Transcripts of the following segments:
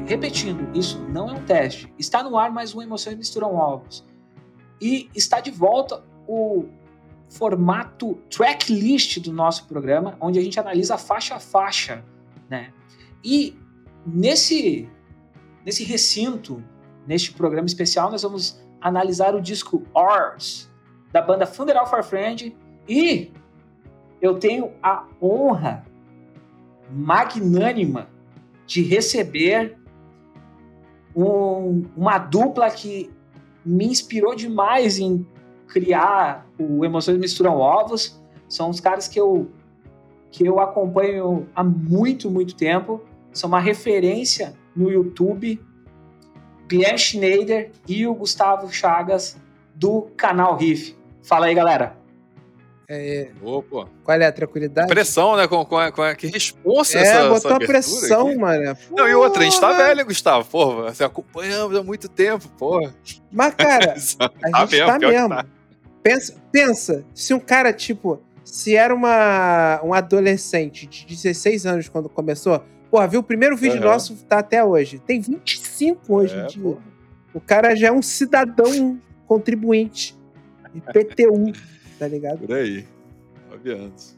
repetindo, isso não é um teste. Está no ar mais um Emoções Misturam Ovos. E está de volta o formato tracklist do nosso programa, onde a gente analisa faixa a faixa, né? E nesse recinto, neste programa especial, nós vamos analisar o disco Ours, da banda Funeral for a Friend, e eu tenho a honra magnânima de receber uma dupla que me inspirou demais em criar o Emoções Misturam Ovos. São os caras que eu acompanho há muito, muito tempo. São uma referência no YouTube. Guilherme Schneider e o Gustavo Chagas, do canal Riff. Fala aí, galera. Opa. Qual é a tranquilidade? Pressão, né? Que responsa essa botou a pressão, aqui. Mano. Não, e outra, a gente tá velho, Gustavo. Porra, você acompanhamos há muito tempo, porra. Mas, cara, a gente tá mesmo. Tá. Pensa, se um cara, tipo, se era um adolescente de 16 anos quando começou, porra, viu o primeiro vídeo nosso, tá até hoje. Tem 25 hoje em dia. Porra. O cara já é um cidadão contribuinte. IPTU. Tá ligado? Por aí. 9 anos.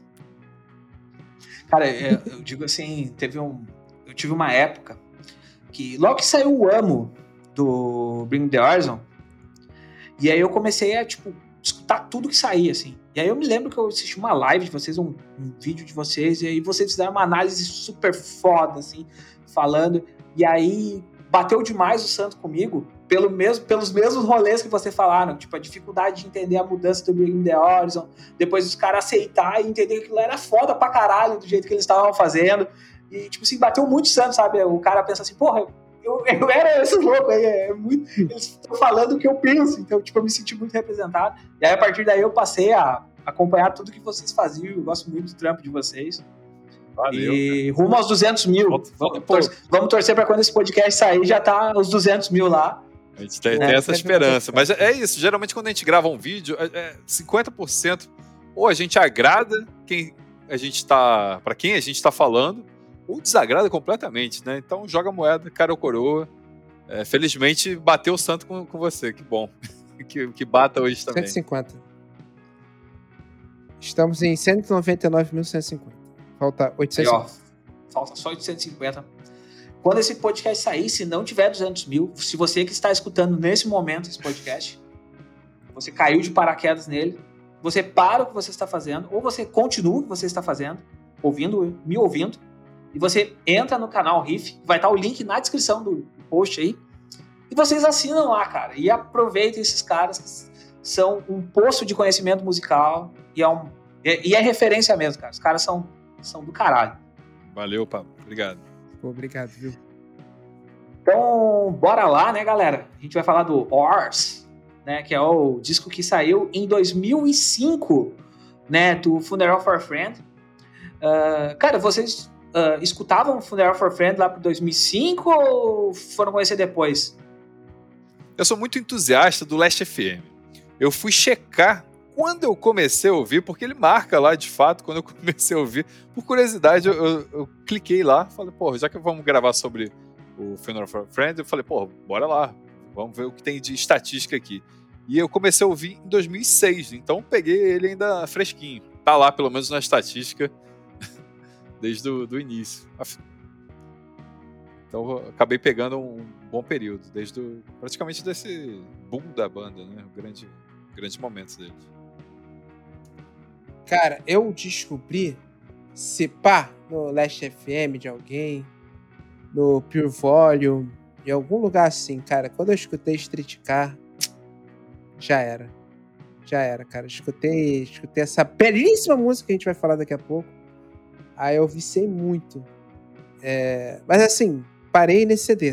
Cara, eu digo assim, eu tive uma época que logo que saiu o Amo do Bring the Horizon, e aí eu comecei a, tipo, escutar tudo que saía, assim. E aí eu me lembro que eu assisti uma live de vocês, um vídeo de vocês, e aí vocês fizeram uma análise super foda, assim, falando, e aí bateu demais o santo comigo, pelos mesmos rolês que vocês falaram, tipo, a dificuldade de entender a mudança do Bring the Horizon, depois os caras aceitar e entender que aquilo era foda pra caralho do jeito que eles estavam fazendo, e, tipo assim, bateu muito santo, sabe? O cara pensa assim, porra, eu era esse louco aí, eles estão falando o que eu penso, então, tipo, eu me senti muito representado, e aí, a partir daí, eu passei a acompanhar tudo que vocês faziam, eu gosto muito do trampo de vocês. Valeu, e rumo aos 200 mil. Vamos torcer para quando esse podcast sair, já tá os 200 mil lá. A gente tem essa esperança. Mas é isso, geralmente quando a gente grava um vídeo, 50% ou a gente agrada para quem a gente tá falando, ou desagrada completamente, né? Então joga a moeda, cara ou coroa. Felizmente bateu o santo com você, que bom. que bata hoje também. 150. Estamos em 199.150. Falta 850. Aí, falta só 850. Quando esse podcast sair, se não tiver 200 mil, se você que está escutando nesse momento esse podcast, você caiu de paraquedas nele, você para o que você está fazendo, ou você continua o que você está fazendo, me ouvindo, e você entra no canal Riff, vai estar o link na descrição do post aí, e vocês assinam lá, cara, e aproveitem esses caras que são um poço de conhecimento musical, e é referência mesmo, cara. Os caras são do caralho. Valeu, Pablo. Obrigado. Obrigado, viu? Então, bora lá, né, galera? A gente vai falar do Ours, né, que é o disco que saiu em 2005, né, do Funeral for a Friend. Cara, vocês escutavam Funeral for a Friend lá por 2005 ou foram conhecer depois? Eu sou muito entusiasta do Last FM. Eu fui checar quando eu comecei a ouvir, porque ele marca lá, de fato, quando eu comecei a ouvir. Por curiosidade, eu cliquei lá, falei, porra, já que vamos gravar sobre o Funeral for a Friend, eu falei, porra, bora lá, vamos ver o que tem de estatística aqui. E eu comecei a ouvir em 2006, então peguei ele ainda fresquinho. Tá lá, pelo menos na estatística, desde o início. Então eu acabei pegando um bom período, praticamente desse boom da banda, né? Grandes momentos deles. Cara, eu descobri, no Last FM de alguém, no Pure Volume, em algum lugar assim, cara. Quando eu escutei Streetcar, já era, cara. Escutei essa belíssima música que a gente vai falar daqui a pouco. Aí eu viciei muito. Mas assim, parei nesse CD.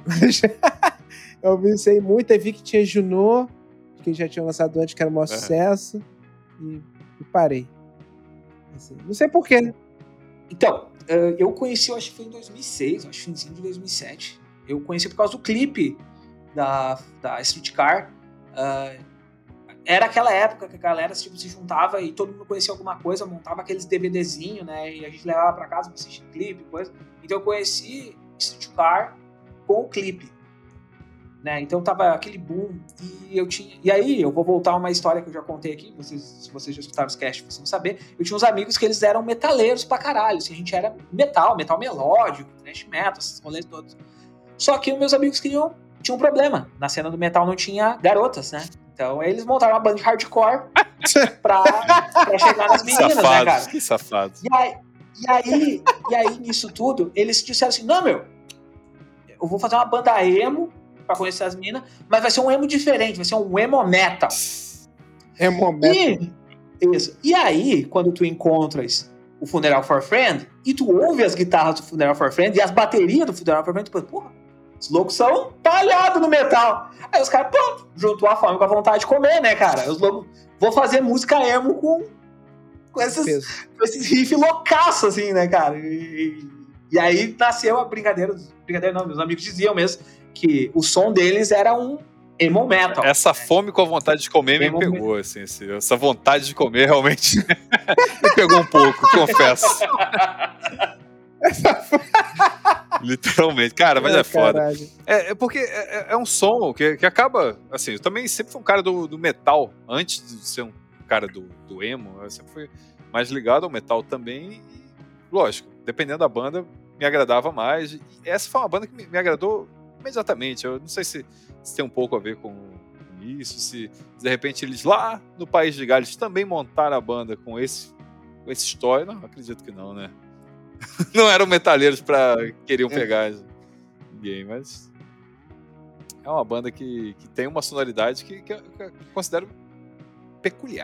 Eu viciei muito, aí vi que tinha Junot, que já tinha lançado antes, que era um maior sucesso, e parei. Assim, não sei porquê. Então, eu conheci, eu acho que foi em 2006, acho que finzinho de 2007. Eu conheci por causa do clipe da Streetcar. Era aquela época que a galera tipo, se juntava e todo mundo conhecia alguma coisa, montava aqueles DVDzinhos, né? E a gente levava pra casa pra assistir clipe, coisa. Então eu conheci Streetcar com o clipe. Né? Então tava aquele boom e aí eu vou voltar a uma história que eu já contei aqui, se vocês já escutaram os casts, vocês vão saber. Eu tinha uns amigos que eles eram metaleiros pra caralho, assim, a gente era metal melódico, thrash metal, esses rolês todos. Só que os meus amigos tinham um problema, na cena do metal não tinha garotas, né? Então eles montaram uma banda de hardcore pra chegar nas meninas, safados, né, cara? Que safados. E aí, nisso tudo, eles disseram assim, não, meu, eu vou fazer uma banda emo pra conhecer as minas, mas vai ser um emo diferente, vai ser um emo metal. Emo metal. Isso. E aí, quando tu encontras o Funeral for Friend, e tu ouve as guitarras do Funeral for Friend e as baterias do Funeral for Friend, tu pensa, porra, os loucos são talhados no metal. Aí os caras, pronto, juntou a fome com a vontade de comer, né, cara? Os loucos, vou fazer música emo com esses riffs loucaços, assim, né, cara? E aí nasceu a brincadeira não, meus amigos diziam mesmo que o som deles era um emo metal. Essa fome com a vontade de comer me pegou, assim, essa vontade de comer realmente me pegou um pouco, confesso. Literalmente, cara, mas é foda. É porque é um som que acaba, assim, eu também sempre fui um cara do metal, antes de ser um cara do emo, eu sempre fui mais ligado ao metal também, e, lógico, dependendo da banda, me agradava mais, e essa foi uma banda que me agradou imediatamente. Eu não sei se tem um pouco a ver com isso, se de repente eles lá no País de Gales também montaram a banda com esse story. Não, acredito que não, né? Não eram metaleiros queriam pegar ninguém, mas é uma banda que tem uma sonoridade que eu considero peculiar.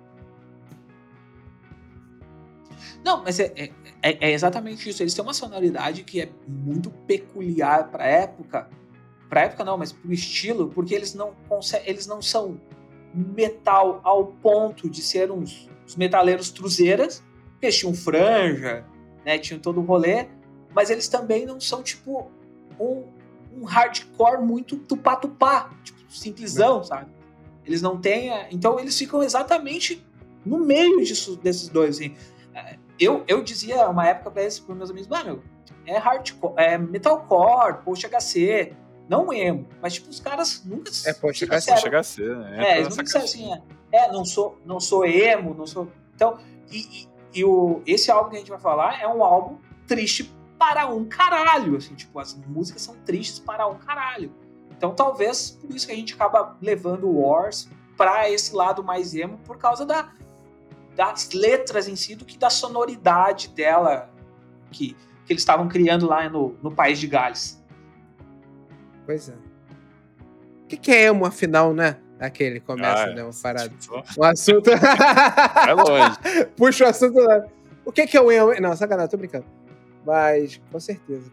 Não, mas é exatamente isso. Eles têm uma sonoridade que é muito peculiar pra época. Pra época não, mas pro estilo, porque eles não são metal ao ponto de ser uns metaleiros truzeiras, eles tinham franja, né, tinham todo o rolê, mas eles também não são tipo um hardcore muito tupá-tupá, tipo simplesão, sabe? Eles não têm... Então eles ficam exatamente no meio desses dois, assim. Eu dizia uma época para meus amigos, meu, é hardcore, é metalcore, post-HC, não emo, mas tipo, os caras nunca... É post-HC, né? Eles nunca disseram assim, não sou emo, não sou... Então, esse álbum que a gente vai falar é um álbum triste para um caralho, assim, tipo, as músicas são tristes para um caralho. Então, talvez, por isso que a gente acaba levando o Wars para esse lado mais emo, por causa das letras em si, do que da sonoridade dela que eles estavam criando lá no País de Gales. Pois é. O que é emo, afinal, né? Aquele começa, né? Uma parada. Um assunto. É longe. Puxa o assunto lá. O que é o emo? Não, sacanagem, tô brincando. Mas, com certeza.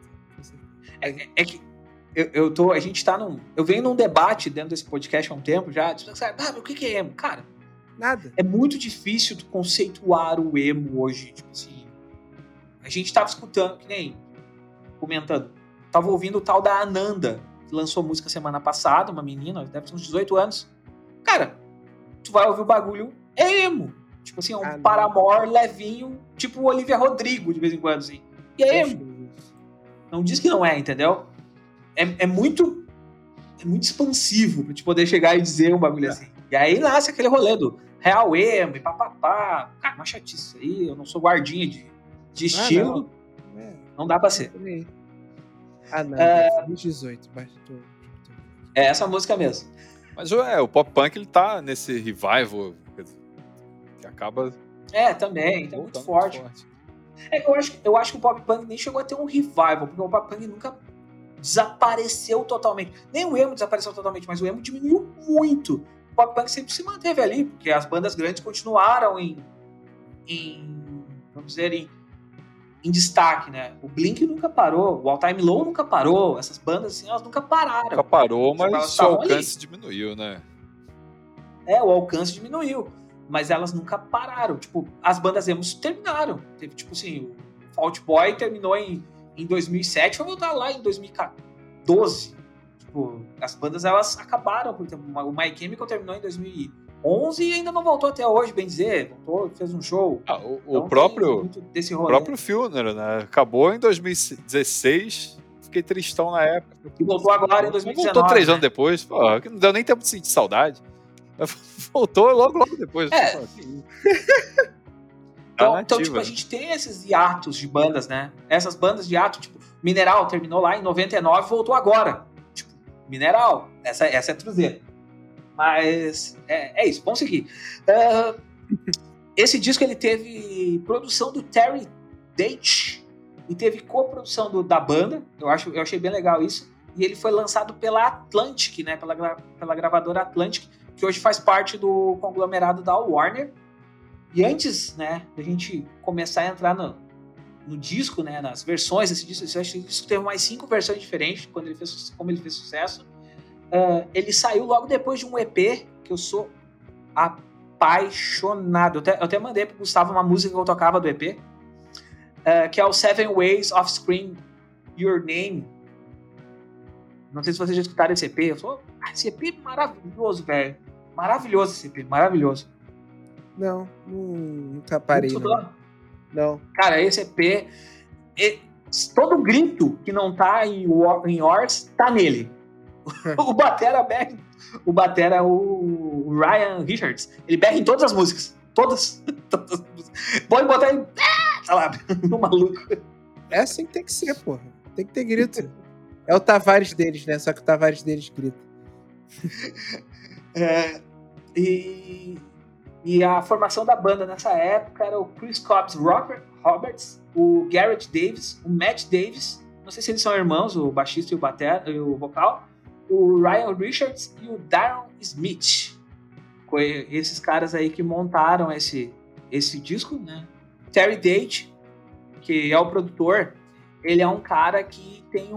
É que a gente tá eu venho num debate dentro desse podcast há um tempo já. O que é emo? Cara, nada. É muito difícil tu conceituar o emo hoje. Tipo assim, a gente tava escutando, que nem comentando, tava ouvindo o tal da Ananda, que lançou música semana passada, uma menina, deve ter uns 18 anos. Cara, tu vai ouvir o bagulho, é emo. Tipo assim, é um Paramore levinho, tipo o Olivia Rodrigo, de vez em quando, assim. E é emo. Não diz que não é, entendeu? É muito expansivo pra te poder chegar e dizer um bagulho assim. E aí nasce aquele rolê do real emo e papapá. Cara, uma chatice aí, eu não sou guardinha de estilo. Não dá pra ser. Não, 2018. É essa música mesmo. Mas o pop punk, ele tá nesse revival que acaba... também, tá muito forte. Eu acho que o pop punk nem chegou a ter um revival, porque o pop punk nunca desapareceu totalmente. Nem o emo desapareceu totalmente, mas o emo diminuiu muito. O pop punk sempre se manteve ali, porque as bandas grandes continuaram vamos dizer, em destaque, né? O Blink nunca parou, o All Time Low nunca parou, essas bandas assim, elas nunca pararam. Nunca parou, mas o alcance diminuiu, né? O alcance diminuiu, mas elas nunca pararam. Tipo, as bandas emos terminaram. Teve, tipo assim, o Fall Out Boy terminou em 2007, vai voltar lá em 2012. Tipo, as bandas, elas acabaram. Por exemplo, o My Chemical terminou em 2011 e ainda não voltou até hoje, bem dizer. Voltou, fez um show. O próprio Funeral, né? Acabou em 2016, fiquei tristão na época. E voltou agora em 2019. Voltou 3 anos né? depois, pô, que não deu nem tempo de sentir saudade. Voltou logo depois. É. Pô, que isso. Então, tipo, a gente tem esses hiatos de bandas, né? Essas bandas de hiato, tipo, Mineral terminou lá em 99 e voltou agora. Tipo, Mineral, essa é truzeira. Mas é isso, vamos seguir. Esse disco ele teve produção do Terry Date e teve coprodução da banda. Eu achei bem legal isso. E ele foi lançado pela Atlantic, né? Pela gravadora Atlantic, que hoje faz parte do conglomerado da Warner. E antes, né, da gente começar a entrar no disco, né, nas versões desse disco, eu acho que o disco teve mais 5 versões diferentes como ele fez sucesso. Ele saiu logo depois de um EP que eu sou apaixonado. Eu até mandei pro Gustavo uma música que eu tocava do EP, que é o Seven Ways of Scream Your Name. Não sei se vocês já escutaram esse EP. Esse EP é maravilhoso, velho. Maravilhoso esse EP, maravilhoso. Não, nunca parei. Não. Cara, esse EP, todo grito que não tá em Yours, tá nele. O batera é o Ryan Richards. Ele berra em todas as músicas. Todas as músicas. Pode botar ele, sei lá, no maluco. É assim que tem que ser, porra. Tem que ter grito. É o Tavares deles, né? Só que o Tavares deles grita. E a formação da banda nessa época era o Chris Cobbs Roberts, o Garrett Davis, o Matt Davis, não sei se eles são irmãos, o baixista e o vocal, o Ryan Richards e o Darren Smith. Foi esses caras aí que montaram esse disco, né? Terry Date, que é o produtor, ele é um cara que tem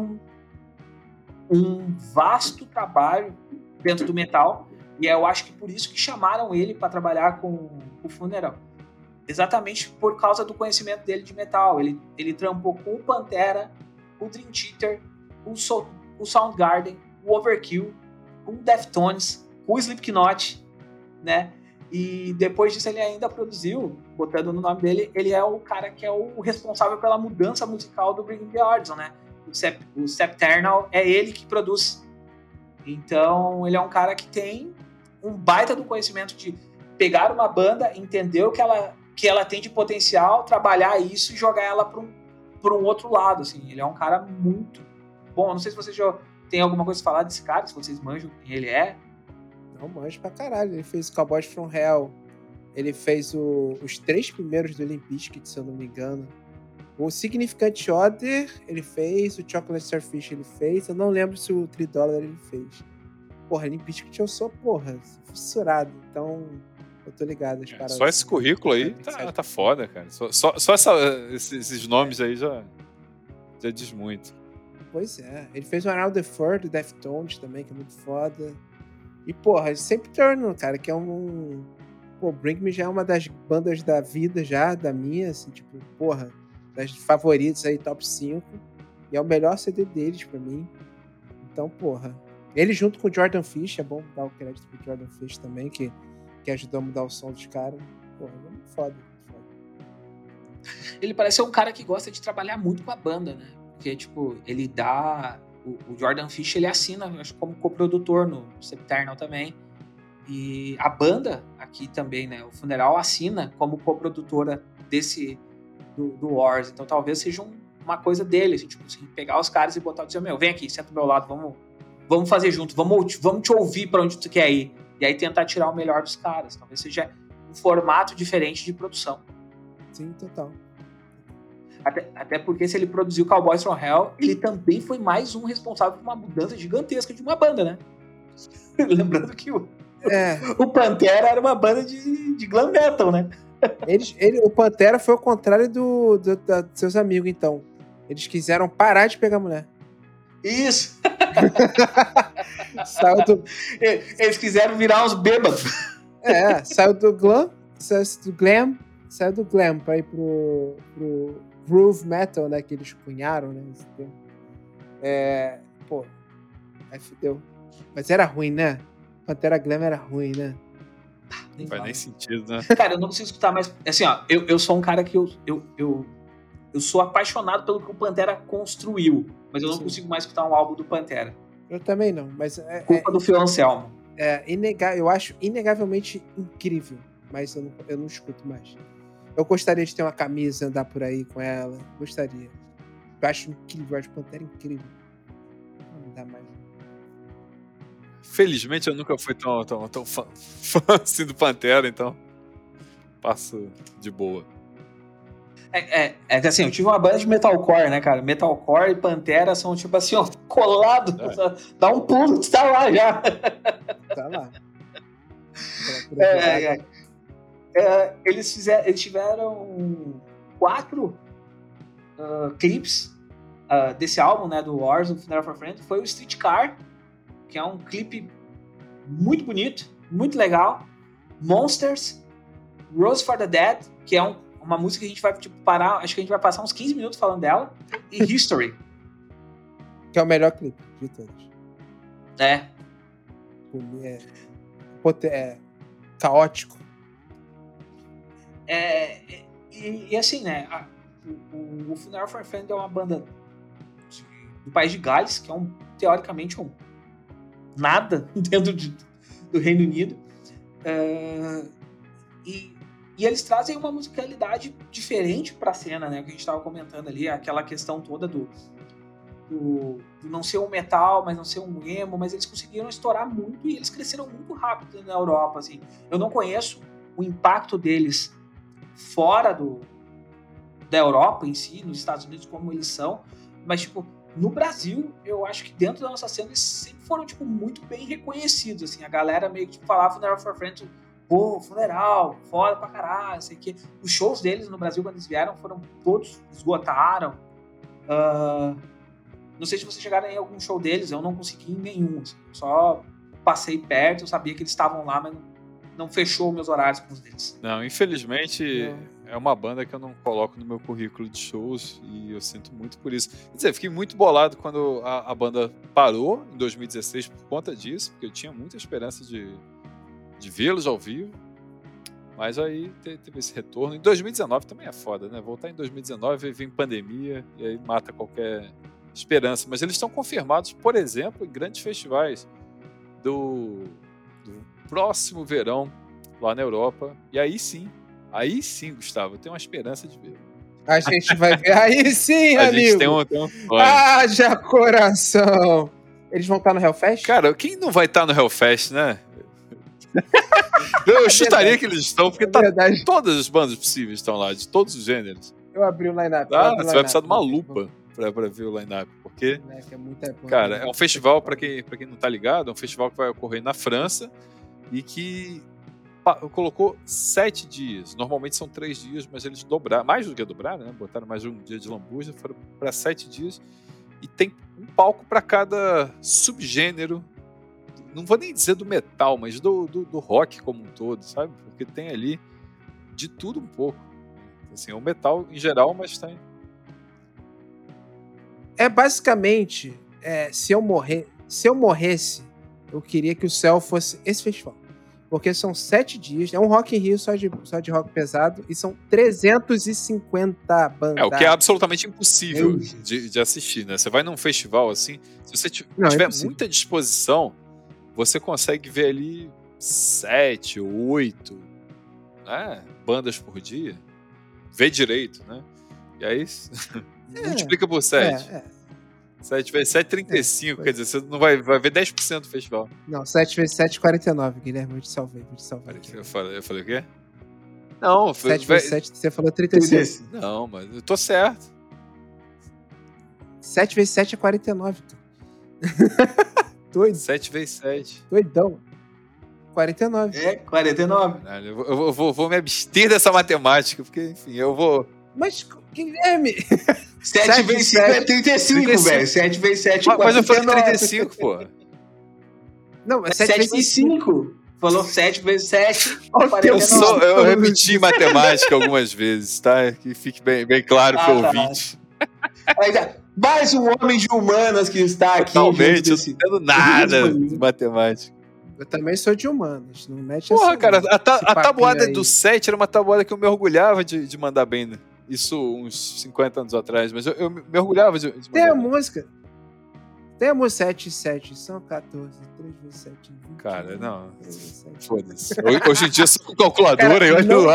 um vasto trabalho dentro do metal. E eu acho que por isso que chamaram ele para trabalhar com o Funeral. Exatamente por causa do conhecimento dele de metal. Ele trampou com o Pantera, o Dream Theater, o Soundgarden, o Overkill, com o Deftones, com o Slipknot, né? E depois disso ele ainda produziu, botando no nome dele, ele é o cara que é o responsável pela mudança musical do Bring the Horizon, né? O Septernal é ele que produz. Então ele é um cara que tem um baita do conhecimento de pegar uma banda, entender o que ela tem de potencial, trabalhar isso e jogar ela para um outro lado, assim. Ele é um cara muito bom. Não sei se vocês já tem alguma coisa a falar desse cara, se vocês manjam quem ele é. Não manjo pra caralho. Ele fez Cowboys from Hell. Ele fez os 3 primeiros do Limp Bizkit, se eu não me engano. O Significant Other ele fez, o Chocolate Starfish ele fez. Eu não lembro se o $3 ele fez. Porra, Limp Bizkit eu sou, fissurado. Então, eu tô ligado. Só esse currículo aí tá foda, cara. Só esses nomes aí já diz muito. Pois é. Ele fez o Around the Fur do Deftones também, que é muito foda. E, porra, sempre Turner, cara, que é um... Pô, Bring Me já é uma das bandas da vida já, da minha, assim, tipo, porra, das favoritas aí, top 5. E é o melhor CD deles pra mim. Então, porra... Ele junto com o Jordan Fish, é bom dar o crédito pro Jordan Fish também, que ajudou a mudar o som dos caras. Porra, é muito foda. Ele parece ser um cara que gosta de trabalhar muito com a banda, né? Porque, tipo, ele dá... O Jordan Fish, ele assina, acho, como coprodutor no Septernal também. E a banda aqui também, né? O Funeral assina como coprodutora do Wars. Então talvez seja uma coisa dele, assim, tipo, assim, pegar os caras e botar e dizer, vem aqui, senta do meu lado, vamos fazer junto, vamos te ouvir pra onde tu quer ir. E aí tentar tirar o melhor dos caras. Talvez seja um formato diferente de produção. Sim, total. Até porque se ele produziu Cowboys from Hell, ele também foi mais um responsável por uma mudança gigantesca de uma banda, né? Lembrando que o Pantera era uma banda de glam metal, né? O Pantera foi ao contrário dos seus amigos, então. Eles quiseram parar de pegar mulher. Isso! Eles quiseram virar uns bêbados. Saiu do glam pra ir pro groove metal, né, que eles cunharam, né, aí fudeu. Mas era ruim, né? Pantera Glam era ruim, né? Não faz nem sentido, né? Cara, eu não consigo escutar mais, assim, ó, eu sou um cara que eu eu sou apaixonado pelo que o Pantera construiu, mas eu não consigo mais escutar um álbum do Pantera. Eu também não, mas Culpa do Phil Anselmo. Eu acho inegavelmente incrível, mas eu não escuto mais. Eu gostaria de ter uma camisa, andar por aí com ela, gostaria. Eu acho incrível, eu acho Pantera incrível. Não dá mais. Felizmente eu nunca fui tão fã assim do Pantera, então passo de boa. Assim, eu tive uma banda de metalcore, né, cara? Metalcore e Pantera são tipo assim, ó, colado. Dá um pulo, tu tá lá já. Tá lá. Eles tiveram 4 clipes desse álbum, né, do Warzone, Funeral for a Friend. Foi o Streetcar, que é um clipe muito bonito, muito legal. Monsters, Rose for the Dead, que é uma música que a gente vai parar, acho que a gente vai passar uns 15 minutos falando dela, e History. Que é o melhor clipe de todos. É caótico. E assim, né, o Funeral for a Friend é uma banda do país de Gales, que é teoricamente nada dentro do Reino Unido. E eles trazem uma musicalidade diferente pra cena, né? Que a gente estava comentando ali, aquela questão toda do não ser um metal, mas não ser um emo, mas eles conseguiram estourar muito e eles cresceram muito rápido na Europa, assim. Eu não conheço o impacto deles fora da Europa em si, nos Estados Unidos, como eles são, mas, tipo, no Brasil, eu acho que dentro da nossa cena eles sempre foram, tipo, muito bem reconhecidos, assim. A galera meio que falava Funeral for a Friend, pô, funeral, foda pra caralho, sei que. Os shows deles no Brasil, quando eles vieram, todos esgotaram. Não sei se vocês chegaram em algum show deles, eu não consegui em nenhum. Assim. Só passei perto, eu sabia que eles estavam lá, mas não fechou meus horários com os deles. Não, infelizmente é uma banda que eu não coloco no meu currículo de shows e eu sinto muito por isso. Quer dizer, fiquei muito bolado quando a banda parou em 2016 por conta disso, porque eu tinha muita esperança de vê-los ao vivo, mas aí teve esse retorno. Em 2019 também é foda, né? Voltar em 2019 vem pandemia e aí mata qualquer esperança. Mas eles estão confirmados, por exemplo, em grandes festivais do próximo verão lá na Europa. E aí sim, Gustavo, eu tenho uma esperança de ver. A gente vai ver. Aí sim, a amigo. Gente tem um Haja coração. Eles vão estar no Hellfest? Cara, quem não vai estar no Hellfest, né? Eu chutaria que eles estão, porque todas as bandas possíveis estão lá, de todos os gêneros. Eu abri o line-up. Você vai precisar de uma lupa pra ver o line-up, porque, cara, é um festival, pra quem não tá ligado, é um festival que vai ocorrer na França e que colocou 7 dias. Normalmente são 3 dias, mas eles dobraram, mais do que dobraram, né? Botaram mais um dia de lambuja, foram pra 7 dias e tem um palco pra cada subgênero. Não vou nem dizer do metal, mas do rock como um todo, sabe? Porque tem ali de tudo um pouco. Assim, é um metal em geral, mas tem. Basicamente, se eu morresse, eu queria que o céu fosse esse festival. Porque são 7 dias, é um Rock in Rio só de rock pesado, e são 350 bandas. O que é absolutamente impossível de assistir, né? Você vai num festival assim, se você tiver muita disposição, você consegue ver ali 7, 8, né, bandas por dia. Vê direito, né? E aí multiplica por 7. 7 vezes 7, 35. Quer dizer, você não vai ver 10% do festival. Não, 7 vezes 7, 49, Guilherme. Eu te salvei. Eu falei o quê? Não, 7 vezes 7, você falou 35. Não, mas eu tô certo. 7 vezes 7 é 49. Doido. 7 vezes 7. Doidão. 49. 49. Caralho, eu vou me abster dessa matemática, porque, enfim, eu vou... Mas, Guilherme... 7 vezes 5 é 35, velho. 7 vezes 7 é 49. Mas eu falei 35, pô. Não, é 7 vezes 5. Falou 7 vezes 7. Eu repeti matemática algumas vezes, tá? Que fique bem claro pro ouvinte. Mais um homem de humanas que está aqui. Totalmente, eu não entendo nada de matemática. Eu também sou de humanas, não mete Porra, essa, cara, não. A tabuada do 7 era uma tabuada que eu me orgulhava de mandar bem, né? isso uns 50 anos atrás, mas eu me orgulhava de Tem a mandar. música. Tem a música 7 são 14, 3 vezes 7, 20. Cara, não. 3 vezes 7. Foda-se. Hoje em dia eu sou com calculadora Cara, e olha não- lá.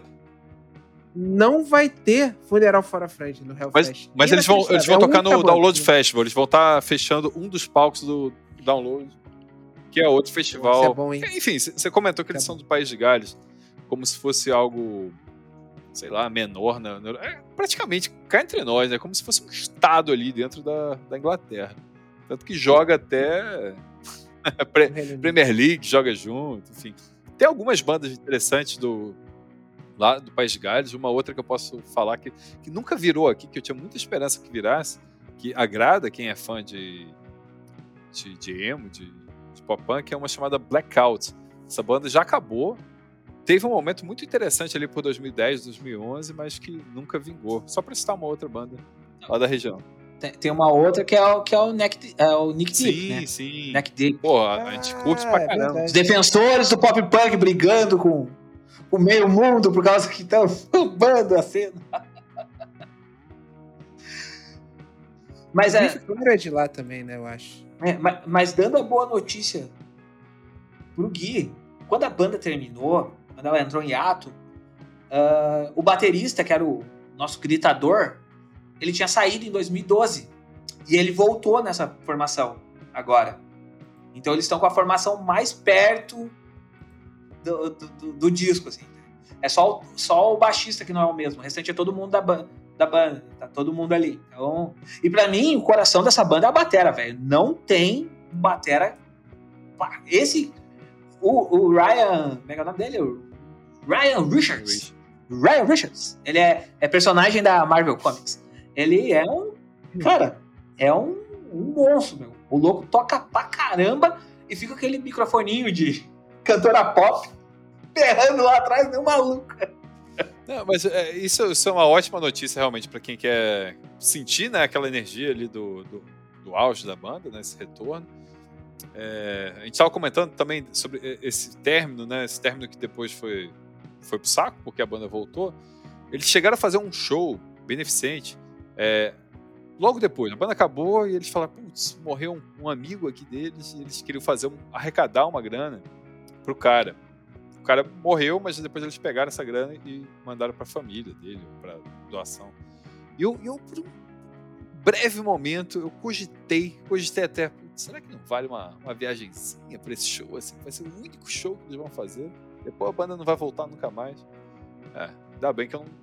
Não vai ter funeral fora frente no Hellfest. Mas eles vão Inacreditável. tocar É a no única Download banda. Festival. Eles vão estar fechando um dos palcos do Download, que é outro festival. Isso é bom, hein? Enfim, você comentou que eles Isso é são do País de Gales, como se fosse algo, sei lá, menor. Praticamente, cá entre nós, né? Como se fosse um estado ali dentro da Inglaterra. Tanto que joga até No Reino Unido. Premier League, joga junto, enfim. Tem algumas bandas interessantes lá do País de Gales, uma outra que eu posso falar que nunca virou aqui, que eu tinha muita esperança que virasse, que agrada quem é fã de emo, de pop punk, é uma chamada Blackout. Essa banda já acabou, teve um momento muito interessante ali por 2010, 2011, mas que nunca vingou. Só pra citar uma outra banda lá da região. Tem uma outra que é o Nick Deep, né? Sim. Neck Deep. Pô, a gente curte pra é caramba. verdade. Os defensores do pop punk brigando com o meio mundo por causa que estão roubando a cena. Mas, O Riff Claro é de lá também, né, eu acho. mas dando a boa notícia pro Gui, quando a banda terminou, quando ela entrou em ato, o baterista, que era o nosso gritador, ele tinha saído em 2012 e ele voltou nessa formação agora. Então eles estão com a formação mais perto do disco, assim. É só o baixista que não é o mesmo. O restante é todo mundo da banda. Tá todo mundo ali. Então, e pra mim, o coração dessa banda é a batera, velho. Não tem batera. O Ryan. Como é que é o nome dele? O Ryan Richards. Ryan Richards. Ele é personagem da Marvel Comics. Ele é um. Cara, é um monstro, meu. O louco toca pra caramba e fica com aquele microfoninho de cantora pop berrando lá atrás, meio maluca. Não, mas isso é uma ótima notícia realmente para quem quer sentir, né, aquela energia ali do auge da banda, né, esse retorno. A gente estava comentando também sobre esse término, né, esse término que depois foi pro saco, porque a banda voltou. Eles chegaram a fazer um show beneficente logo depois. A banda acabou e eles falaram, putz, morreu um amigo aqui deles e eles queriam arrecadar uma grana pro cara. O cara morreu, mas depois eles pegaram essa grana e mandaram pra família dele, pra doação. E eu por um breve momento, eu cogitei até, será que não vale uma viagenzinha pra esse show? Assim, vai ser o único show que eles vão fazer. Depois a banda não vai voltar nunca mais. Ainda bem que eu não...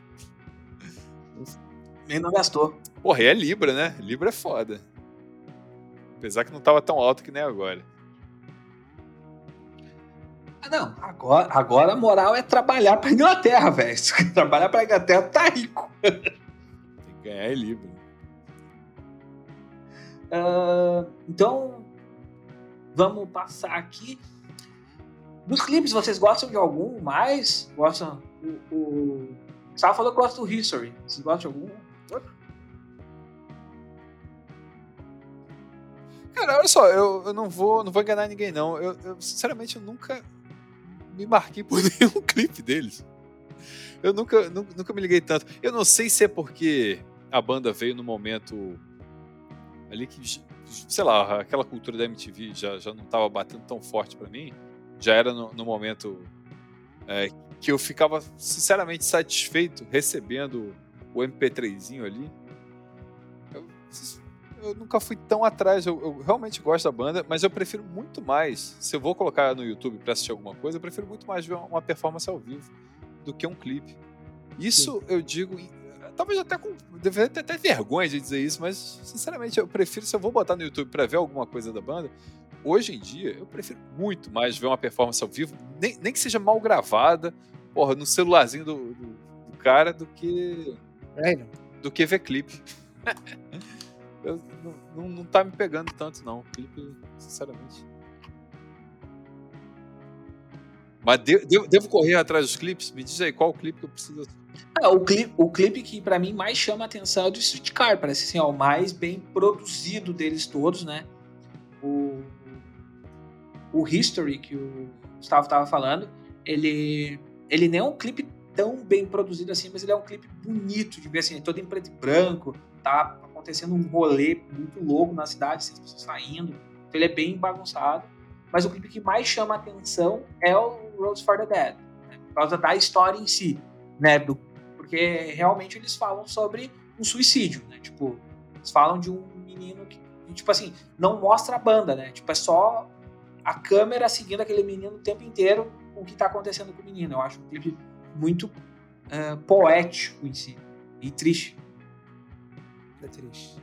Nem não gastou. Porra, é Libra, né? Libra é foda. Apesar que não tava tão alto que nem agora. Não, agora a moral é trabalhar pra Inglaterra, velho. Trabalhar pra Inglaterra tá rico. Tem que ganhar em Libra. Então, vamos passar aqui. Dos clipes, vocês gostam de algum mais? Gostam? O Sal falou que gosta do History. Vocês gostam de algum outro? Cara, olha só, eu não vou enganar ninguém, não. Eu sinceramente, eu nunca me marquei por nenhum clipe deles. Eu nunca me liguei tanto. Eu não sei se é porque a banda veio no momento ali que, sei lá, aquela cultura da MTV já não tava batendo tão forte pra mim. Já era no momento que eu ficava sinceramente satisfeito recebendo o MP3zinho ali. Eu nunca fui tão atrás, eu realmente gosto da banda, mas eu prefiro muito mais, se eu vou colocar no YouTube pra assistir alguma coisa, eu prefiro muito mais ver uma performance ao vivo do que um clipe. Isso eu digo, talvez deveria ter até vergonha de dizer isso, mas sinceramente eu prefiro, se eu vou botar no YouTube pra ver alguma coisa da banda, hoje em dia eu prefiro muito mais ver uma performance ao vivo, nem que seja mal gravada, porra, no celularzinho do cara, do que ver clipe. Não tá me pegando tanto, não. O clipe, sinceramente. Mas devo correr atrás dos clipes? Me diz aí, qual o clipe que eu preciso... O clipe que pra mim mais chama a atenção é do Streetcar. Parece assim, o mais bem produzido deles todos, né? O History, que o Gustavo tava falando, ele nem é um clipe tão bem produzido assim, mas ele é um clipe bonito de ver, assim, todo em preto e branco, tá acontecendo um rolê muito louco na cidade, assim, as pessoas saindo, então ele é bem bagunçado, mas o clipe que mais chama a atenção é o Rose for the Dead, né, por causa da história em si, né, porque realmente eles falam sobre um suicídio, né, tipo, eles falam de um menino que, tipo assim, não mostra a banda, né, tipo, é só a câmera seguindo aquele menino o tempo inteiro com o que tá acontecendo com o menino. Eu acho um clipe muito poético em si e triste. É triste.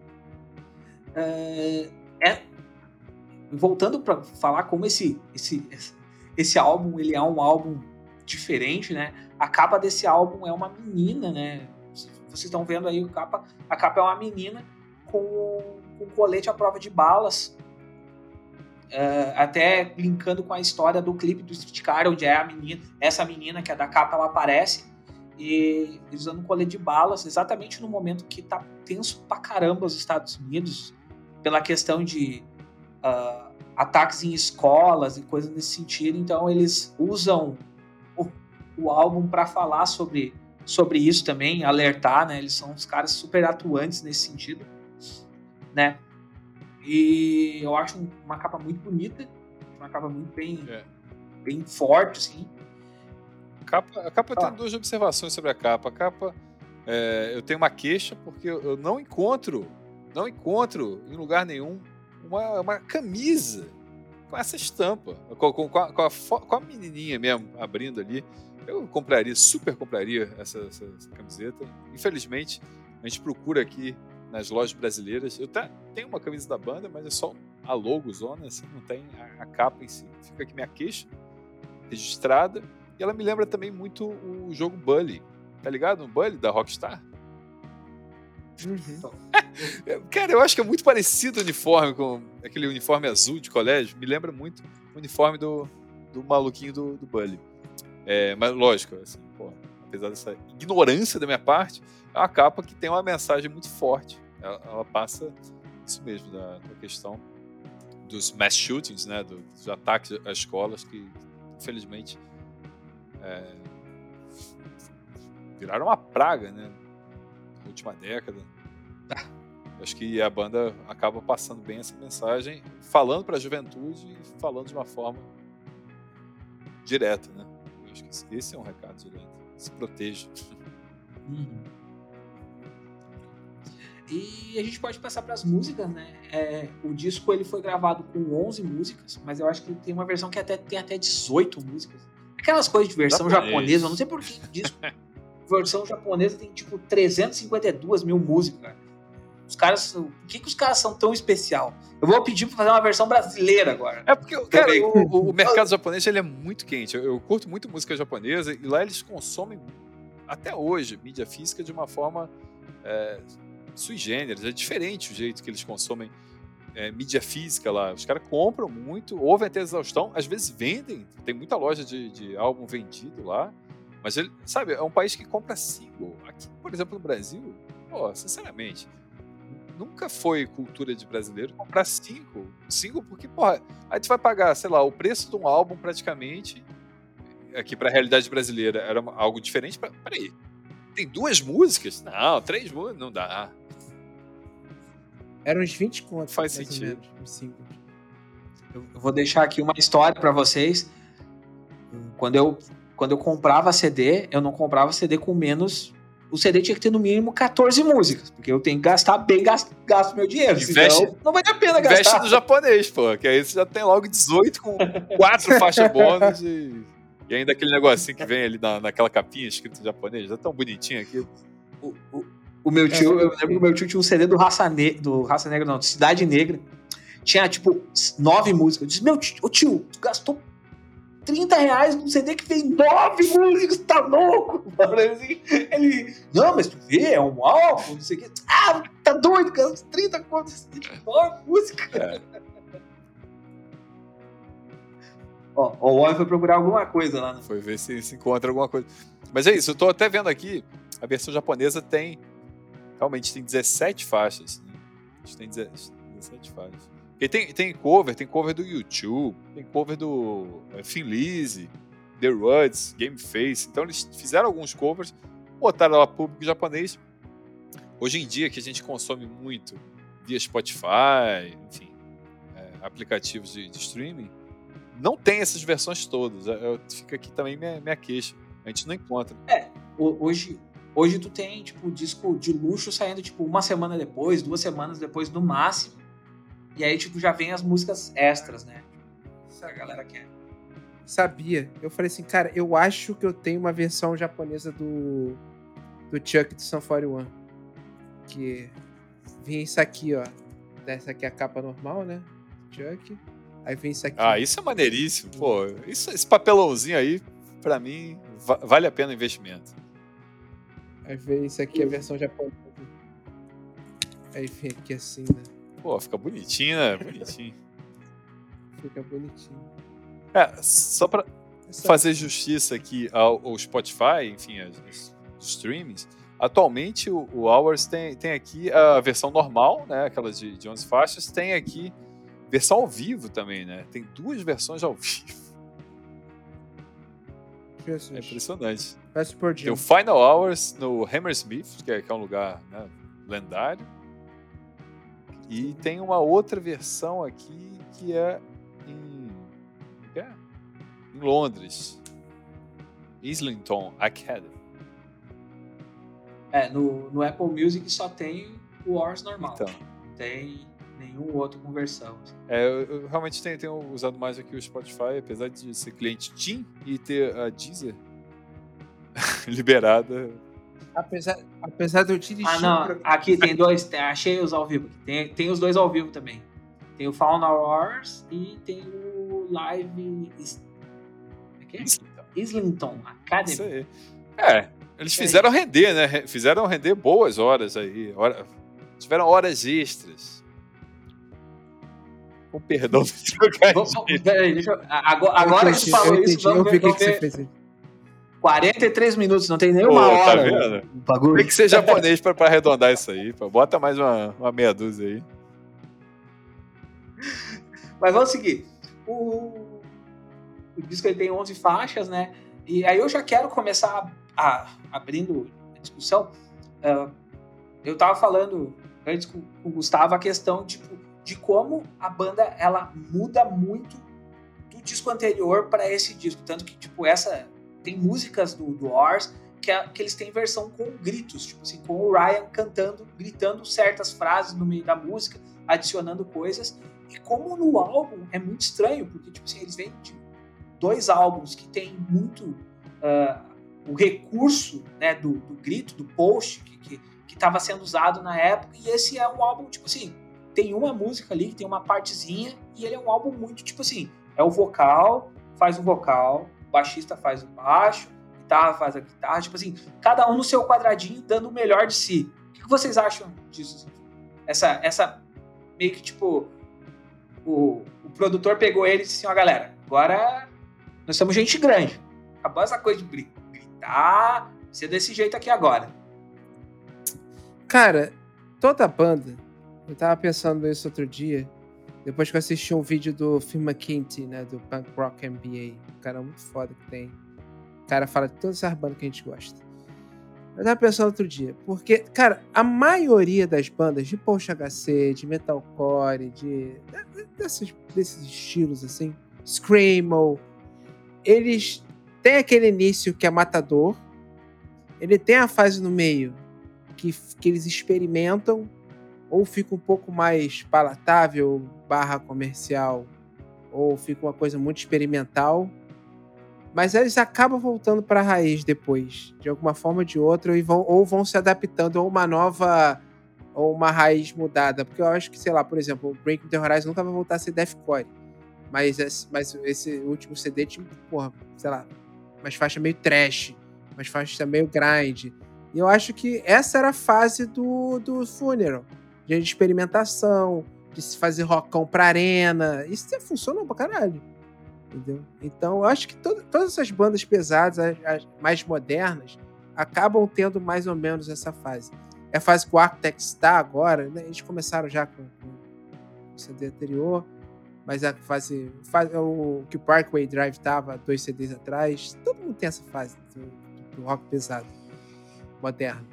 Voltando para falar como esse álbum, ele é um álbum diferente, né? A capa desse álbum é uma menina, né? Vocês estão vendo aí a capa é uma menina com colete à prova de balas, até linkando com a história do clipe do Streetcar, onde é essa menina que é da capa, ela aparece e usando um colete de balas exatamente no momento que tá tenso pra caramba os Estados Unidos pela questão de ataques em escolas e coisas nesse sentido. Então eles usam o álbum para falar sobre isso também, alertar, né? Eles são uns caras super atuantes nesse sentido, né? E eu acho uma capa muito bonita, uma capa muito bem forte, assim. A capa tem duas observações sobre a capa. A capa, eu tenho uma queixa, porque eu não encontro em lugar nenhum uma camisa com essa estampa, com a menininha mesmo abrindo ali. Eu super compraria essa camiseta. Infelizmente, a gente procura aqui nas lojas brasileiras. Eu tenho uma camisa da banda, mas é só a logo zona, assim, não tem a capa em si. Fica aqui minha queixa registrada. E ela me lembra também muito o jogo Bully. Tá ligado? No Bully da Rockstar. Cara, eu acho que é muito parecido o uniforme com aquele uniforme azul de colégio. Me lembra muito o uniforme do maluquinho do Bully. Mas lógico, assim, apesar dessa ignorância da minha parte, é uma capa que tem uma mensagem muito forte. Ela passa isso mesmo, da questão dos mass shootings, né, dos ataques às escolas, que infelizmente viraram uma praga, né, na última década. Acho que a banda acaba passando bem essa mensagem, falando para a juventude e falando de uma forma direta, né? Eu acho que esse é um recado direto. Se proteja. E a gente pode passar para as músicas, né? O disco ele foi gravado com 11 músicas, mas eu acho que tem uma versão que tem até 18 músicas. Aquelas coisas de versão japonesa, eu não sei por que disco. Versão japonesa tem tipo 352 mil músicas, cara. Os caras, por que os caras são tão especial? Eu vou pedir para fazer uma versão brasileira agora. Porque, cara, o mercado japonês ele é muito quente. Eu curto muito música japonesa e lá eles consomem até hoje mídia física de uma forma sui generis. É diferente o jeito que eles consomem mídia física lá. Os caras compram muito, ouvem até exaustão, às vezes vendem. Tem muita loja de álbum vendido lá. Mas ele, sabe, é um país que compra single. Aqui, por exemplo, no Brasil, sinceramente, nunca foi cultura de brasileiro comprar single, porque, aí tu vai pagar, sei lá, o preço de um álbum praticamente, aqui pra realidade brasileira, era algo diferente. Peraí, tem 2 músicas? Não, 3 músicas, não dá. Eram uns 20 contos. Faz sentido. Eu vou deixar aqui uma história pra vocês. Quando eu comprava CD, eu não comprava CD com menos... O CD tinha que ter no mínimo 14 músicas, porque eu tenho que gastar bem, gasto meu dinheiro, senão não vale a pena gastar. Investe no japonês, que aí você já tem logo 18 com 4 faixas bônus e ainda aquele negocinho que vem ali naquela capinha escrito em japonês, já tão bonitinho aqui. O meu tio, eu lembro que o meu tio tinha um CD do Raça Negra, não, do Cidade Negra, tinha tipo 9 músicas. Eu disse, meu tio, tu gastou R$30 num CD que tem 9 músicas, tá louco? Ele, não, mas tu vê, é um álbum, não sei o quê. Ah, tá doido, cara, 30 contos, 9 músicas. O homem foi procurar alguma coisa lá, né? Foi ver se encontra alguma coisa. Mas é isso, eu tô até vendo aqui, a versão japonesa realmente tem 17 faixas. Né? A gente tem 17 faixas. E tem cover do YouTube, tem cover do Thin Lizzy, The Ruds, Game Face. Então eles fizeram alguns covers, botaram lá público japonês. Hoje em dia, que a gente consome muito via Spotify, enfim, aplicativos de streaming, não tem essas versões todas. Fica aqui também minha queixa. A gente não encontra. Hoje tu tem, tipo, disco de luxo saindo, tipo, uma semana depois, 2 semanas depois, no máximo. E aí, tipo, já vem as músicas extras, né? Isso a galera quer. Sabia. Eu falei assim, cara, eu acho que eu tenho uma versão japonesa do Chuck do Sum 41. Que vem isso aqui, ó. Essa aqui é a capa normal, né? Chuck. Aí vem isso aqui. Ah, isso é maneiríssimo. Pô, esse papelãozinho aí, pra mim, vale a pena o investimento. Aí vem isso aqui, a versão japonesa. Aí vem aqui assim, né? Pô, fica bonitinho, né? Bonitinho. Fica bonitinho. Só pra fazer justiça aqui ao Spotify, enfim, os streamings, atualmente o Hours tem aqui a versão normal, né? Aquela de 11 faixas, tem aqui versão ao vivo também, né? Tem 2 versões ao vivo. Jesus. É impressionante. Tem o Final Hours no Hammersmith, que é um lugar, né, lendário. E tem uma outra versão aqui que é em Londres. Islington Academy. No Apple Music só tem o Hours normal. Então. Não tem nenhum outro com versão. Eu realmente tenho usado mais aqui o Spotify, apesar de ser cliente TIM e ter a Deezer liberada. Apesar de eu te dirigir... não. Aqui tem 2. Achei os ao vivo. Tem os 2 ao vivo também. Tem o Final Hours e tem o Live... Islington Academy. Isso aí. Eles fizeram render, né? Fizeram render boas horas aí. Tiveram horas extras. Com perdão do trocadilho. Peraí, agora que tu falou isso, vamos ver. Que você fez. 43 minutos, não tem nenhuma hora. Tá vendo? Bagulho. Tem que ser japonês pra arredondar isso aí. Bota mais uma meia dúzia aí. Mas vamos seguir. O disco ele tem 11 faixas, né? E aí eu já quero começar abrindo a discussão. Eu tava falando antes com o Gustavo a questão de como a banda ela muda muito do disco anterior para esse disco. Tanto que, tipo, tem músicas do Hours que eles têm versão com gritos, tipo assim, com o Ryan cantando, gritando certas frases no meio da música, adicionando coisas. E como no álbum é muito estranho, porque, tipo assim, eles vêm de 2 álbuns que tem muito o recurso, né, do grito, do post que estava sendo usado na época, e esse é um álbum, tipo assim, tem uma música ali que tem uma partezinha, e ele é um álbum muito, tipo assim, é o vocal, faz o vocal, o baixista faz o baixo, a guitarra faz a guitarra, tipo assim, cada um no seu quadradinho, dando o melhor de si. O que vocês acham disso? Essa meio que, tipo, o produtor pegou ele e disse assim, ó, galera, agora nós somos gente grande, acabou essa coisa de gritar, ser desse jeito aqui agora. Cara, toda banda, eu tava pensando nisso outro dia, depois que eu assisti um vídeo do Phil McKenty, né, do Punk Rock MBA, um cara muito foda que tem. O cara fala de todas essas bandas que a gente gosta. Eu tava pensando outro dia, porque, cara, a maioria das bandas de post-HC, de metalcore, desses estilos, assim, screamo, eles têm aquele início que é matador, ele tem a fase no meio que eles experimentam, ou fica um pouco mais palatável, /comercial, ou fica uma coisa muito experimental, mas eles acabam voltando para a raiz depois, de alguma forma ou de outra, ou vão se adaptando a uma nova, ou uma raiz mudada, porque eu acho que, sei lá, por exemplo, o Breaking the Horizon nunca vai voltar a ser deathcore, mas esse último CD tinha, porra, sei lá, umas faixas meio trash, umas faixas meio grind, e eu acho que essa era a fase do Funeral, de experimentação, de se fazer rockão pra arena, isso funcionou pra caralho. Entendeu? Então, eu acho que todas essas bandas pesadas, as mais modernas, acabam tendo mais ou menos essa fase. É a fase que o Architects está agora, né? Eles começaram já com o CD anterior, Mas a fase o que o Parkway Drive tava 2 CDs atrás, todo mundo tem essa fase do rock pesado, moderno.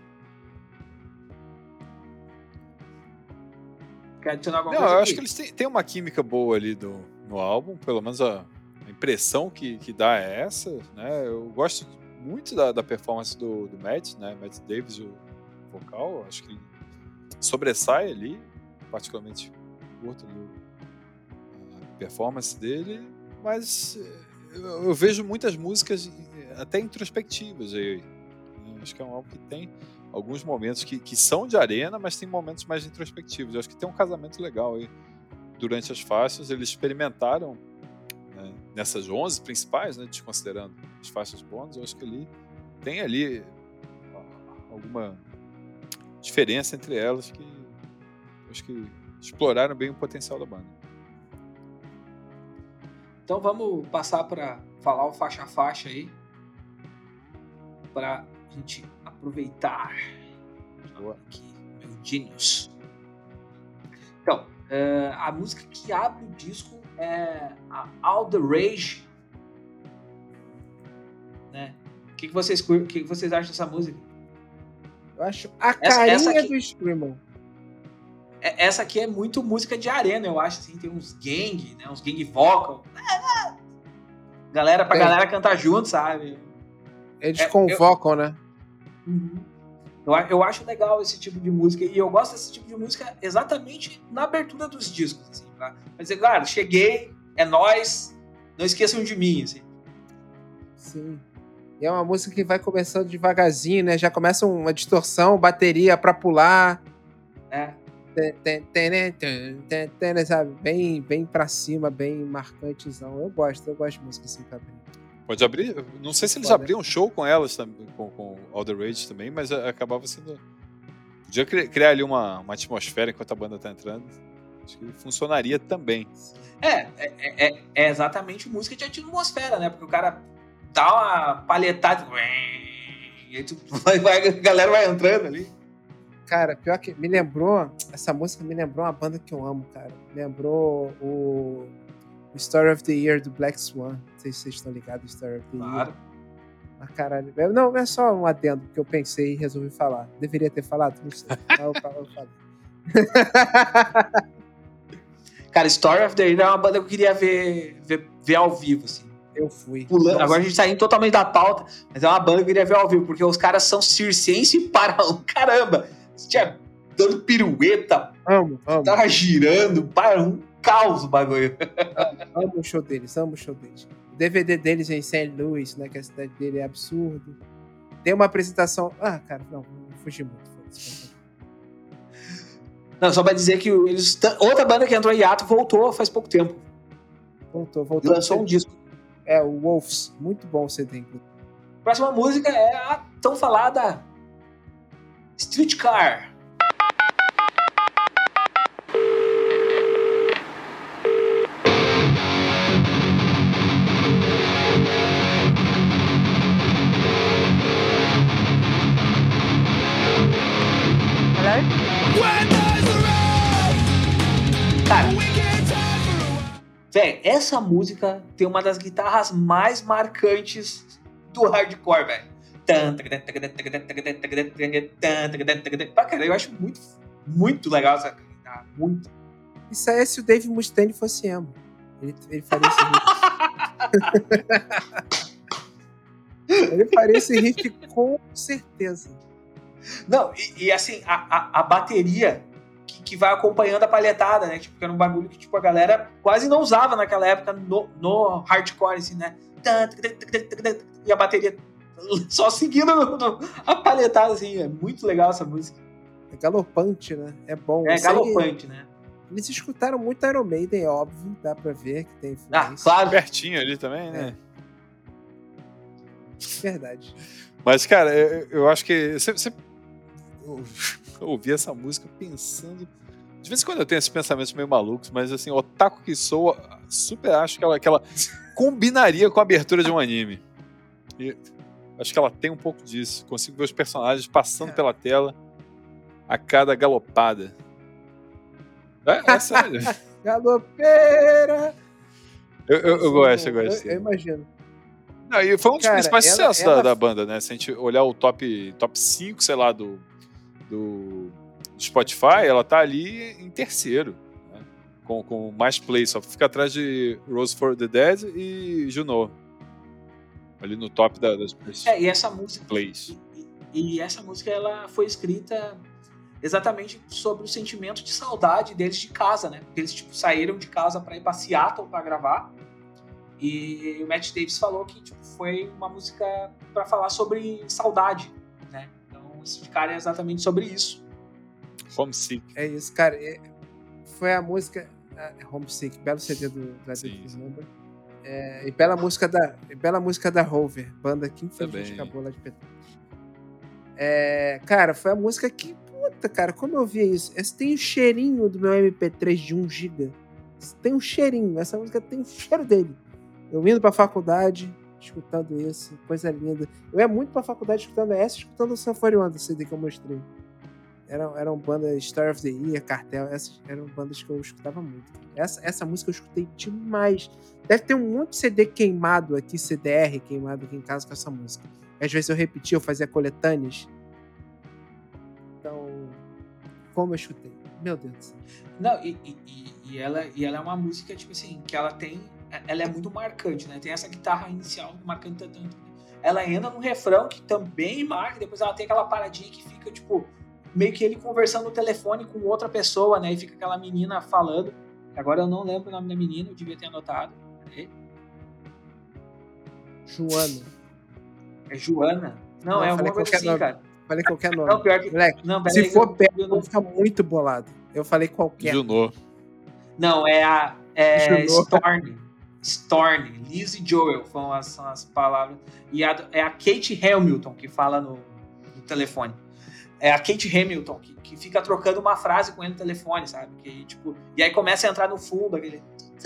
Quer adicionar alguma Não, coisa eu aqui? acho que eles têm uma química boa ali no álbum, pelo menos a impressão que dá é essa, né? Eu gosto muito da performance do Matt, né? Matt Davis, o vocal, acho que ele sobressai ali, particularmente curto ali a performance dele, mas eu vejo muitas músicas até introspectivas aí, né? Acho que é um álbum que tem alguns momentos que são de arena, mas tem momentos mais introspectivos. Eu acho que tem um casamento legal aí durante as faixas. Eles experimentaram, né, nessas 11 principais, né, desconsiderando as faixas bônus. Eu acho que tem ali alguma diferença entre elas que eu acho que exploraram bem o potencial da banda. Então vamos passar para falar o faixa a faixa aí, para a gente aproveitar. Boa. Aqui, meu Genius. Então, a música que abre o disco é a All the Rage, né? O que vocês acham dessa música? Eu acho a carinha essa aqui, do Screamo. Essa aqui é muito música de arena, eu acho, assim, tem uns gang, né? Uns gang vocal. Galera cantar junto, sabe? Eles convocam, né? Eu acho legal esse tipo de música, e eu gosto desse tipo de música exatamente na abertura dos discos, assim, pra dizer, cara, cheguei, é nóis, não esqueçam de mim, assim. Sim. E é uma música que vai começando devagarzinho, né? Já começa uma distorção, bateria pra pular. Sabe? Bem pra cima, bem marcantezão. Eu gosto de música assim também. Pode abrir, não sei se eles abriam um show com elas, com All the Rage também, mas acabava sendo... Podia criar ali uma atmosfera enquanto a banda tá entrando. Acho que funcionaria também. É exatamente música de atmosfera, né? Porque o cara dá uma palhetada e aí a galera vai entrando ali. Cara, pior que essa música me lembrou uma banda que eu amo, cara. Me lembrou o Story of the Year do Black Swan. Não sei se vocês estão ligados, Story of the Year. Claro. Ah, caralho. Não, é só um adendo que eu pensei e resolvi falar. Deveria ter falado? Não sei. Eu falo. Cara, Story of the Year é uma banda que eu queria ver ao vivo, assim. Eu fui. Agora a gente tá indo totalmente da pauta, mas é uma banda que eu queria ver ao vivo, porque os caras são circense para um caramba. Tinha dando pirueta, amo. Tava girando, para um caos o bagulho. Amo o show deles. O DVD deles em St. Louis, né, que a cidade dele é absurdo. Tem uma apresentação... cara, não fugi muito. Não, só pra dizer que outra banda que entrou em hiato voltou faz pouco tempo. Voltou. Lançou um disco. É, o Wolves. Muito bom o CD. Próxima música é a tão falada Streetcar. Cara, velho, essa música tem uma das guitarras mais marcantes do hardcore, velho. Cara, eu acho muito, muito legal essa guitarra, muito. Isso aí é se o Dave Mustaine fosse emo. Ele faria esse riff. Ele faria esse riff com certeza. Não, e assim, a bateria que vai acompanhando a palhetada, né? Tipo, que era um bagulho que tipo, a galera quase não usava naquela época no hardcore, assim, né? E a bateria só seguindo a palhetada, assim. É muito legal essa música. É galopante, né? É bom. É galopante, né? Eles escutaram muito Iron Maiden, é óbvio. Dá pra ver que tem influência. Claro. Pertinho ali também, né? Verdade. Mas, cara, eu acho que eu ouvi essa música pensando... De vez em quando eu tenho esses pensamentos meio malucos, mas assim, otaku que sou, super acho que ela combinaria com a abertura de um anime. E acho que ela tem um pouco disso. Consigo ver os personagens passando pela tela a cada galopada. É sério. Galopeira! Eu gosto. Eu imagino. Não, e foi um dos Cara, principais ela- sucessos da banda, né? Se a gente olhar o top 5, sei lá, do Spotify, ela tá ali em terceiro, né? Com mais plays, só fica atrás de Rose for the Dead e Juno. Ali no top das E essa música plays. E essa música ela foi escrita exatamente sobre o sentimento de saudade deles de casa, né? Porque eles tipo saíram de casa para ir para Seattle para gravar. E o Matt Davis falou que tipo, foi uma música para falar sobre saudade, né? Então esse cara é exatamente sobre isso. Homesick. É isso, cara. Foi a música Homesick, belo CD do Sim. Number. E bela música da Rover, banda que infelizmente Também. acabou lá de Petrópolis. Cara, foi a música que, puta, cara, como eu via isso? Esse tem o cheirinho do meu MP3 de 1 GB. Tem um cheirinho, essa música tem o cheiro dele. Eu indo pra faculdade, escutando isso, coisa linda. Eu ia muito pra faculdade escutando essa, escutando o Sanfone One, do CD que eu mostrei. Eram bandas Story of the Year, Cartel, essas eram bandas que eu escutava muito. Essa música eu escutei demais. Deve ter um monte de CD queimado aqui, CDR queimado aqui em casa com essa música. Às vezes eu repetia, eu fazia coletâneas. Então, como eu escutei? Meu Deus do céu. Não, e ela é uma música, tipo assim, que ela é muito marcante, né? Tem essa guitarra inicial marcando tanto. Ela entra num refrão que também marca, depois ela tem aquela paradinha que fica, tipo, meio que ele conversando no telefone com outra pessoa, né? E fica aquela menina falando. Agora eu não lembro o nome da menina, eu devia ter anotado. Joana. É Joana? Não, é alguma coisa assim, nome. cara. Falei qualquer nome. Não, pior que... Moleque, não, se for perto, eu vou ficar muito bolado. Eu falei qualquer. Juno. Não, Juno. Storm, Liz e Joel são as palavras. E é a Kate Hamilton que fala no telefone. É a Kate Hamilton que fica trocando uma frase com ele no telefone, sabe? Que, tipo, e aí começa a entrar no fundo aquele...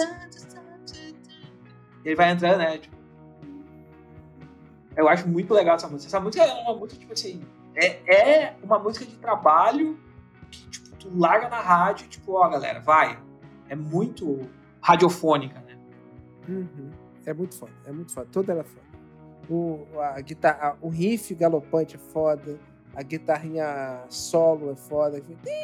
E ele vai entrando, né? Tipo, eu acho muito legal essa música. Essa música é uma música, tipo assim... É uma música de trabalho que, tipo, tu larga na rádio, tipo, ó, galera, vai. É muito radiofônica, né? Uhum. É muito foda. Toda ela é foda. A guitarra, o riff galopante é foda. A guitarrinha solo é foda.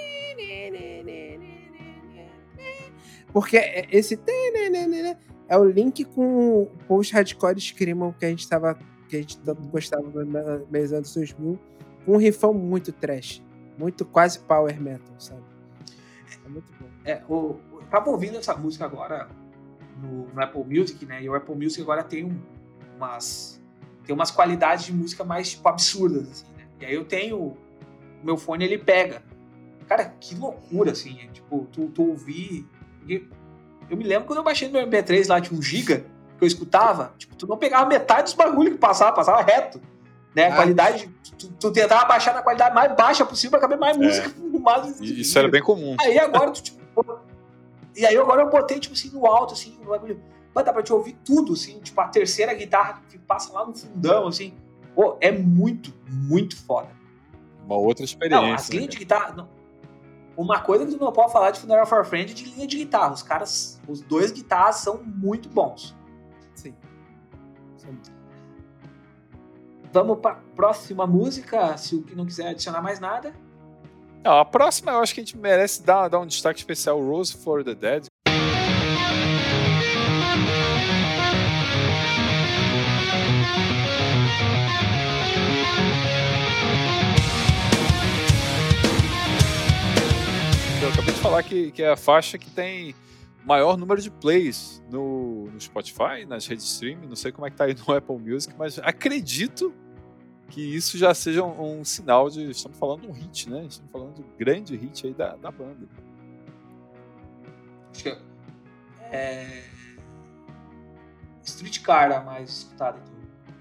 Porque esse é o link com o post-hardcore screamo que a gente tanto gostava nos meus anos 2000, com um riffão muito trash, muito quase power metal, sabe? É muito bom. Eu tava ouvindo essa música agora no Apple Music, né? E o Apple Music agora tem umas qualidades de música mais, tipo, absurdas, assim, né? E aí eu tenho... O meu fone, ele pega. Cara, que loucura, assim. Tipo, tu ouvir... Eu me lembro quando eu baixei no meu MP3 lá de 1 GB, que eu escutava, tipo, tu não pegava metade dos bagulhos que passava reto. Né? A qualidade... Tu tentava baixar na qualidade mais baixa possível pra caber mais música. Mais isso era bem comum. Aí agora tu, tipo... E aí agora eu botei, tipo assim, no alto, assim, no bagulho. Mas dá pra te ouvir tudo, assim, tipo, a terceira guitarra que passa lá no fundão, assim. Pô, é muito, muito foda. Uma outra experiência. Não, as linhas de guitarra... Não. Uma coisa que tu não pode falar de Funeral for a Friend é de linha de guitarra. Os dois guitarras são muito bons. Sim. Vamos pra próxima música, se o que não quiser adicionar mais nada. Não, a próxima eu acho que a gente merece dar um destaque especial, Rose for the Dead. Eu acabei de falar que é a faixa que tem maior número de plays no Spotify, nas redes streaming, não sei como é que tá aí no Apple Music, mas acredito que isso já seja um sinal de... Estamos falando de um hit, né? Estamos falando de um grande hit aí da banda. Acho que Streetcar é a mais escutada aqui.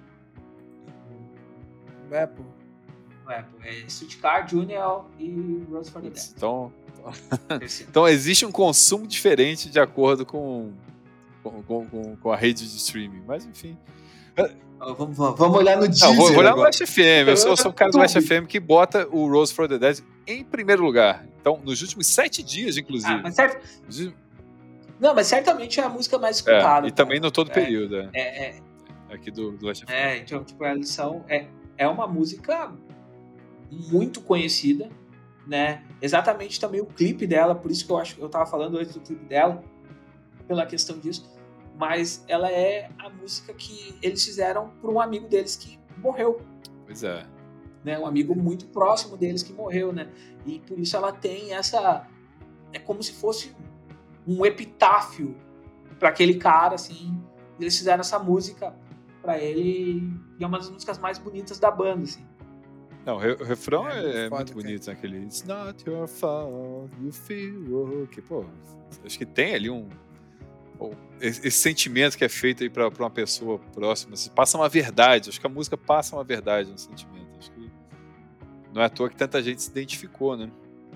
No Apple. No Apple. É Streetcar, Junior e Rose for the Dead. Então existe um consumo diferente de acordo com a rede de streaming, mas enfim. Vamos olhar no Deezer. Não, vou olhar no agora. Last FM. Eu sou o cara do Last FM que bota o Rose for the Dead em primeiro lugar. Então, nos últimos 7 dias, inclusive. Mas certo. Não, mas certamente é a música mais escutada. E também no todo período. Aqui do Last of Us. Então, tipo, eles são... É uma música muito conhecida, né? Exatamente também o clipe dela, por isso que eu tava falando antes do clipe dela, pela questão disso, mas ela é a música que eles fizeram por um amigo deles que morreu. Pois é. Né? Um amigo muito próximo deles que morreu, né? E por isso ela tem essa... É como se fosse um epitáfio para aquele cara, assim. Eles fizeram essa música para ele e é uma das músicas mais bonitas da banda, assim. Não, o refrão é foda, muito bonito, né? Aquele It's not your fault, you feel okay. Pô, acho que tem ali esse sentimento que é feito aí pra uma pessoa próxima. Assim, passa uma verdade. Acho que a música passa uma verdade no sentimento. Acho que não é à toa que tanta gente se identificou, né?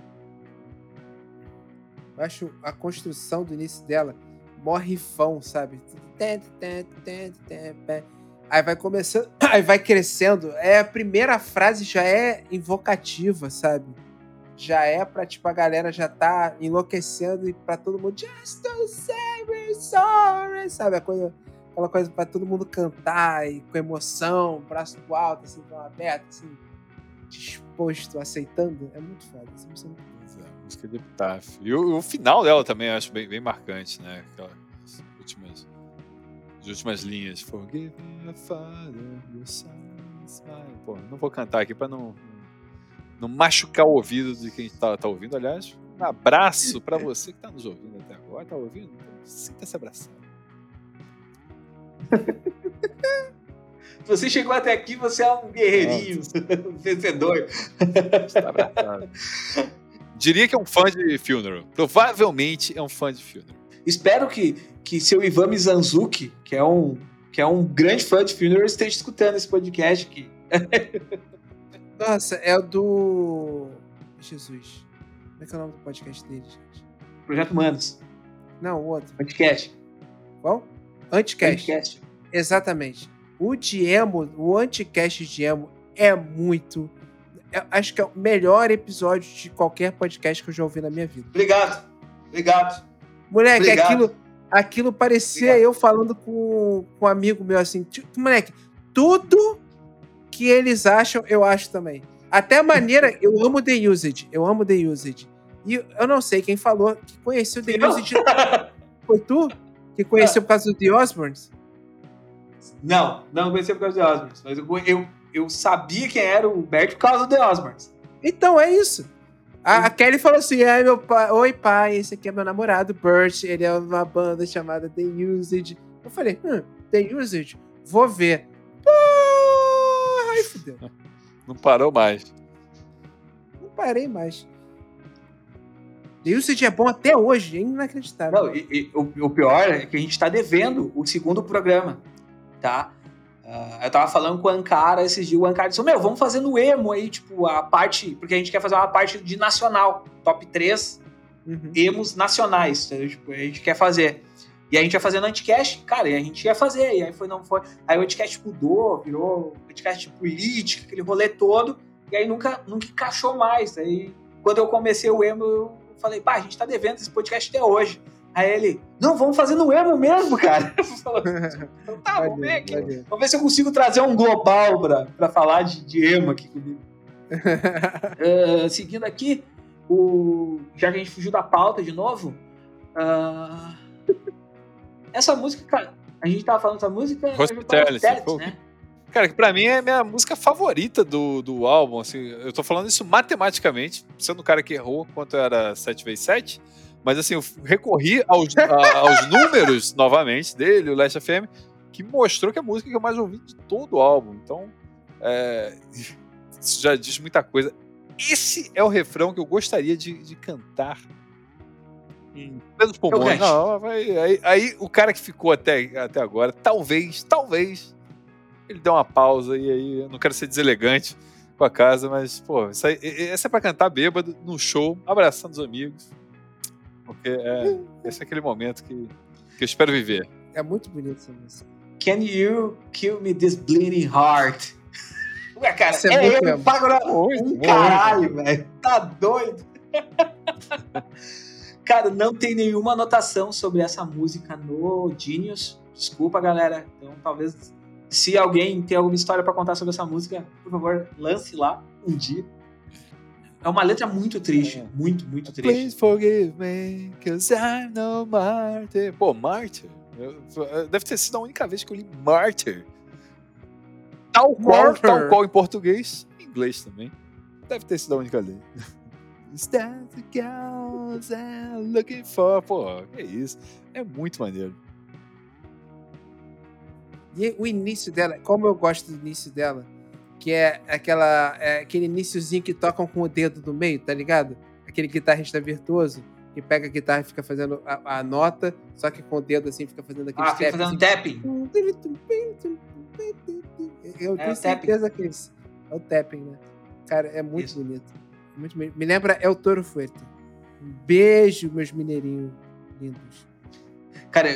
Eu acho a construção do início dela mó rifão, sabe? Aí vai começando, aí vai crescendo. A primeira frase já é invocativa, sabe? Já é pra, tipo, a galera já tá enlouquecendo e pra todo mundo just don't say we're sorry, sabe? Aquela coisa pra todo mundo cantar e com emoção, braço pro alto, assim, mão aberta, assim, disposto, aceitando. É muito foda. Essa música é muito foda. A música de Epitáfio. E o final dela também eu acho bem marcante, né? Aquelas últimas linhas. Forgive me, Father, your son is mine. Pô, não vou cantar aqui pra não machucar o ouvido de quem tá ouvindo. Aliás, um abraço pra você que tá nos ouvindo até agora. Tá ouvindo? Sinta-se abraçado. Se você chegou até aqui, você é um guerreirinho, um vencedor. Está abraçado. Diria que é um fã de Funeral. Provavelmente é um fã de Funeral. Espero que seu Ivan Mizanzuki, que é um grande fã de Funeral, esteja escutando esse podcast aqui. Nossa, é o do... Jesus. Como é que é o nome do podcast dele, gente? Projeto Humanos. Não, o outro. Anticast. Qual? Anticast. Exatamente. O de emo, o Anticast de emo é muito... acho que é o melhor episódio de qualquer podcast que eu já ouvi na minha vida. Obrigado. Moleque, Obrigado. aquilo parecia eu falando com um amigo meu, assim, moleque, tudo que eles acham, eu acho também. Até a maneira, eu amo The Used. E eu não sei quem falou que conheceu The Used. Foi tu? Que conheceu por causa do The Osbournes? Não conheci por causa do The Osbournes. Mas eu sabia quem era o Bert por causa do The Osbournes. Então, é isso. A Kelly falou assim, meu pai, oi pai, esse aqui é meu namorado, Bert, ele é uma banda chamada The Used. Eu falei, The Used? Vou ver. Ai, fudeu. Não parou mais. Não parei mais. The Used é bom até hoje, é inacreditável. Não, o pior é que a gente tá devendo o segundo programa, tá? Eu tava falando com o Ankara esses dias, o Ankara disse, vamos fazer no emo aí, tipo, a parte, porque a gente quer fazer uma parte de nacional, top 3 emos nacionais, tipo, a gente quer fazer. E a gente ia fazer no Anticast, cara, e a gente ia fazer, e aí não foi. Aí o Anticast mudou, virou Anticast de política, aquele rolê todo, e aí nunca encaixou mais. Aí quando eu comecei o emo, eu falei, a gente tá devendo esse podcast até hoje. Aí ele, não, vamos fazer no emo mesmo, cara. Então tá, vamos ver aqui. Vamos ver se eu consigo trazer um global pra falar de emo aqui comigo. Seguindo aqui, já que a gente fugiu da pauta de novo, essa música, cara, a gente tava falando dessa música... Hospitality, né? Cara, que pra mim é a minha música favorita do álbum, assim, eu tô falando isso matematicamente, sendo o cara que errou quanto era 7x7, mas assim, eu recorri aos números, novamente, dele, o Last FM, que mostrou que é a música que eu mais ouvi de todo o álbum. Então, isso já diz muita coisa. Esse é o refrão que eu gostaria de cantar em plenos pulmões. Não, aí o cara que ficou até agora, talvez, ele dê uma pausa, e aí eu não quero ser deselegante com a casa, mas, pô, essa é pra cantar bêbado, num show, abraçando os amigos. Porque esse é aquele momento que eu espero viver. É muito bonito essa música. Can you kill me this bleeding heart? Ué, cara, eu pago caralho, velho. Tá doido? Cara, não tem nenhuma anotação sobre essa música no Genius. Desculpa, galera. Então, talvez, se alguém tem alguma história pra contar sobre essa música, por favor, lance lá um dia. É uma letra muito triste. Muito, muito triste. Please forgive me, 'cause I'm no martyr. Pô, Martyr? Deve ter sido a única vez que eu li Martyr. Tal qual em português, em inglês também. Deve ter sido a única vez. Is that the girls I'm looking for? Pô, que isso. É muito maneiro. E o início dela, como eu gosto do início dela, que é aquele iniciozinho que tocam com o dedo no meio, tá ligado? Aquele guitarrista virtuoso que pega a guitarra e fica fazendo a nota, só que com o dedo assim fica fazendo aquele fica fazendo tapping. Eu tenho certeza que é o tapping, né? Cara, é muito bonito. Muito bonito. Me lembra El Toro Fuerte. Um beijo, meus mineirinhos lindos. Cara,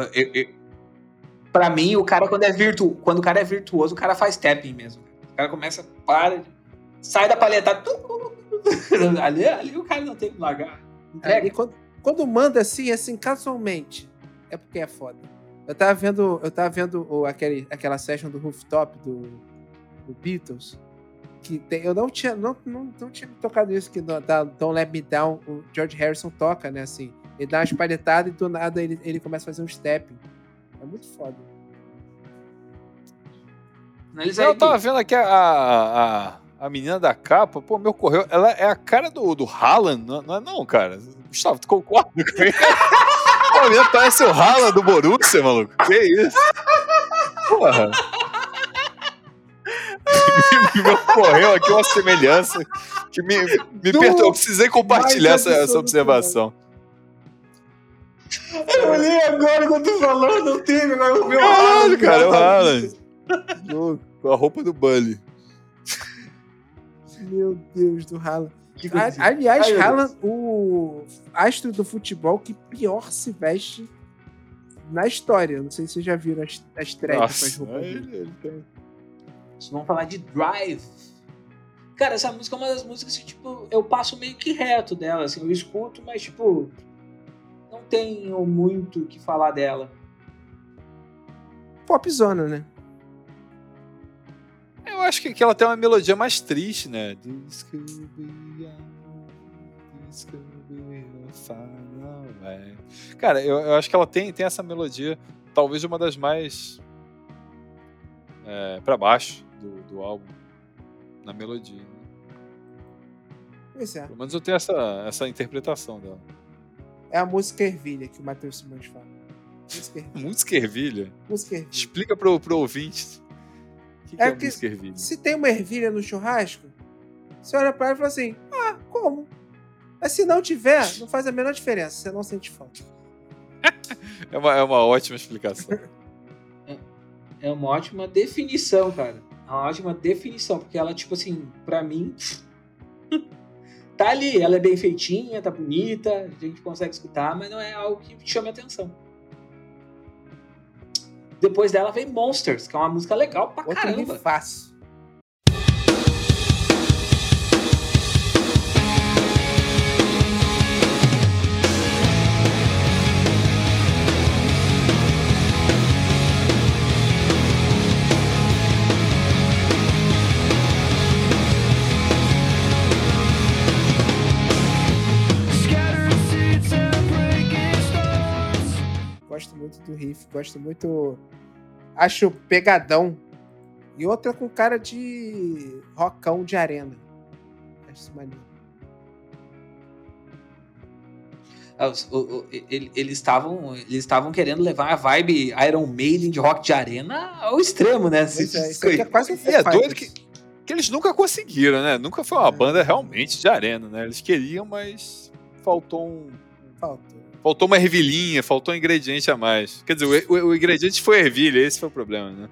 pra mim, o cara quando o cara é virtuoso, o cara faz tapping mesmo. O cara começa, sai da palhetada. Ali o cara não tem que largar. Entrega. Ali, quando manda assim, casualmente, é porque é foda. Eu tava vendo aquela session do Rooftop do Beatles, que eu não tinha tocado isso, que da Don't Let Me Down, o George Harrison toca, né, assim. Ele dá uma espalhetada e do nada ele começa a fazer um stepping. É muito foda. Eu tava vendo aqui a menina da capa, pô, me ocorreu, ela é a cara do Haaland, não é não, cara? Gustavo, tu concorda comigo? Pô, a menina parece o Haaland do Borussia, maluco. Que isso? Porra. Me ocorreu aqui uma semelhança que me perturbou. Eu precisei compartilhar essa observação. Eu olhei agora quando tu falou, não teve, agora eu vi o Haaland. Cara, é o Haaland. Com a roupa do Bully. Meu Deus, do Haaland. Aliás, Haaland, o astro do futebol que pior se veste na história. Não sei se vocês já viram as threads com as roupas dele. Vamos falar de Drive. Cara, essa música é uma das músicas que, tipo, eu passo meio que reto dela, assim, eu escuto, mas, tipo, não tenho muito o que falar dela. Popzona, né? Eu acho que ela tem uma melodia mais triste, né? Cara, eu acho que ela tem essa melodia, talvez uma das mais pra baixo do álbum, na melodia. Né? Pois é. Pelo menos eu tenho essa interpretação dela. É a música ervilha que o Matheus Simões fala. Música ervilha? Música ervilha. Explica pro ouvinte. O que é música ervilha? Se tem uma ervilha no churrasco, você olha pra ela e fala assim, como? Mas se não tiver, não faz a menor diferença, você não sente falta. É uma ótima explicação. É uma ótima definição, cara. É uma ótima definição, porque ela, tipo assim, pra mim, tá ali, ela é bem feitinha, tá bonita, a gente consegue escutar, mas não é algo que chame a atenção. Depois dela vem Monsters, que é uma música legal pra caramba. Fácil. Gosto muito do riff, gosto muito... Acho pegadão. E outra com cara de rockão de arena. Acho isso maneiro. Eles estavam querendo levar a vibe Iron Maiden de rock de arena ao extremo, né? Isso aqui é quase um e é doido que eles nunca conseguiram, né? Nunca foi uma banda realmente de arena, né? Eles queriam, mas faltou uma ervilhinha, faltou um ingrediente a mais. Quer dizer, o ingrediente foi ervilha, esse foi o problema, né?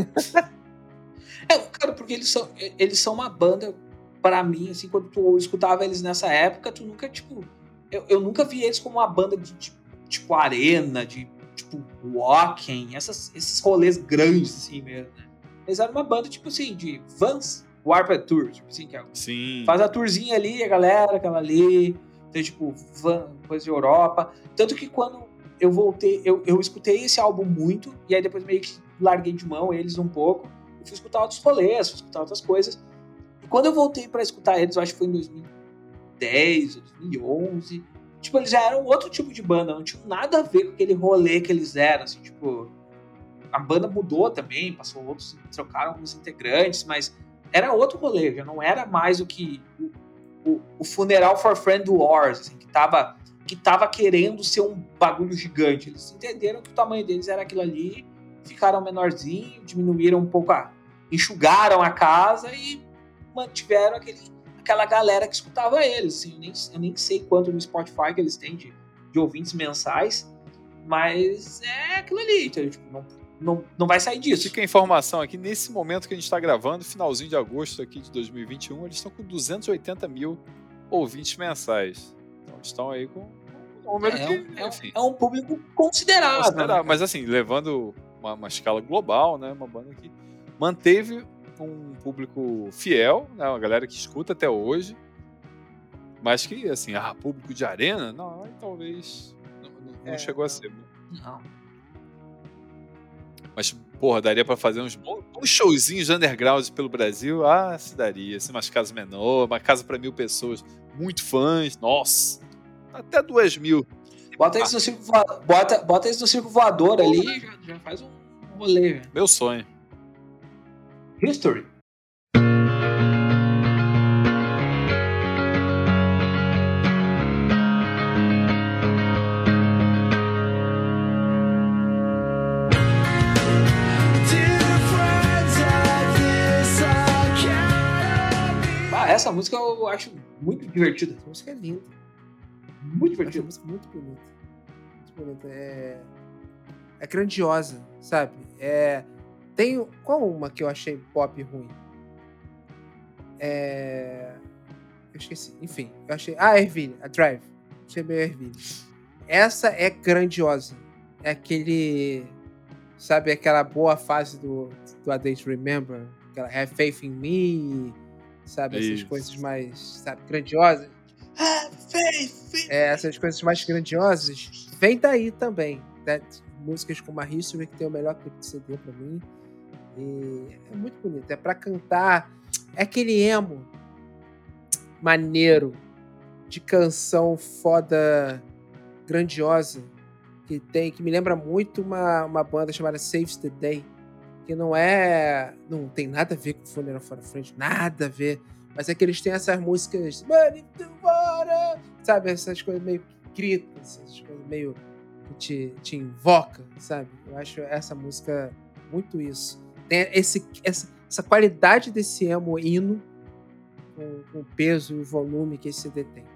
Cara, porque eles são uma banda, pra mim, assim, quando tu escutava eles nessa época, tu nunca, tipo... Eu nunca vi eles como uma banda de, tipo, arena, de, tipo, walking, esses rolês grandes, assim, mesmo, né? Eles eram uma banda, tipo assim, de Vans Warped Tour, tipo assim, que Sim. Faz a tourzinha ali, a galera, aquela ali... Então, tipo, coisa de Europa. Tanto que quando eu voltei, eu escutei esse álbum muito, e aí depois meio que larguei de mão eles um pouco, e fui escutar outros rolês, fui escutar outras coisas. E quando eu voltei pra escutar eles, eu acho que foi em 2010 ou 2011, tipo, eles já eram outro tipo de banda, não tinham nada a ver com aquele rolê que eles eram, assim, tipo, a banda mudou também, passou outros, trocaram alguns integrantes, mas era outro rolê, já não era mais o que o Funeral for Friend Wars, assim, que tava querendo ser um bagulho gigante. Eles entenderam que o tamanho deles era aquilo ali, ficaram menorzinho, diminuíram um pouco, enxugaram a casa e mantiveram aquela galera que escutava eles. Assim, eu nem sei quanto no Spotify que eles têm de ouvintes mensais, mas é aquilo ali, então, tipo, não vai sair disso. Fica a informação aqui, nesse momento que a gente está gravando, finalzinho de agosto aqui de 2021, eles estão com 280 mil ouvintes mensais. Então eles estão aí com um número é um público considerável. Né? Mas assim, levando uma escala global, né, uma banda que manteve um público fiel, né, uma galera que escuta até hoje, mas que, assim, público de arena, não, talvez não chegou a ser. Não. Mas, porra, daria pra fazer uns showzinhos underground pelo Brasil? Se daria. Assim, umas casas menores, uma casa pra 1.000 pessoas, muito fãs, nossa, até 2.000. Bota eles no circo voador, bota eles no circo voador ali, já faz um rolê. Velho. Meu sonho. History. Essa música eu acho muito divertida. Essa música é linda. Muito divertida. Essa música é muito bonita. Muito bonita. É grandiosa, sabe? Tem qual uma que eu achei pop ruim? Eu esqueci. Enfim, eu achei... Ervilha. A Drive. Achei meio Ervilha. Essa é grandiosa. É aquele... Sabe, aquela boa fase do A Day to Remember? Aquela Have Faith in Me... Sabe, essas coisas mais, sabe, grandiosas. Essas coisas mais grandiosas vem daí também, né? Músicas como a History, que tem o melhor clipe de CD pra mim, e é muito bonito, é pra cantar, é aquele emo maneiro de canção foda, grandiosa, que me lembra muito uma banda chamada Saves the Day, que não tem nada a ver com Funeral for a Friend, nada a ver, mas é que eles têm essas músicas, sabe, essas coisas meio que gritam, essas coisas meio que te invoca, sabe? Eu acho essa música muito isso. Tem essa qualidade desse emo hino com o peso e o volume que esse CD tem.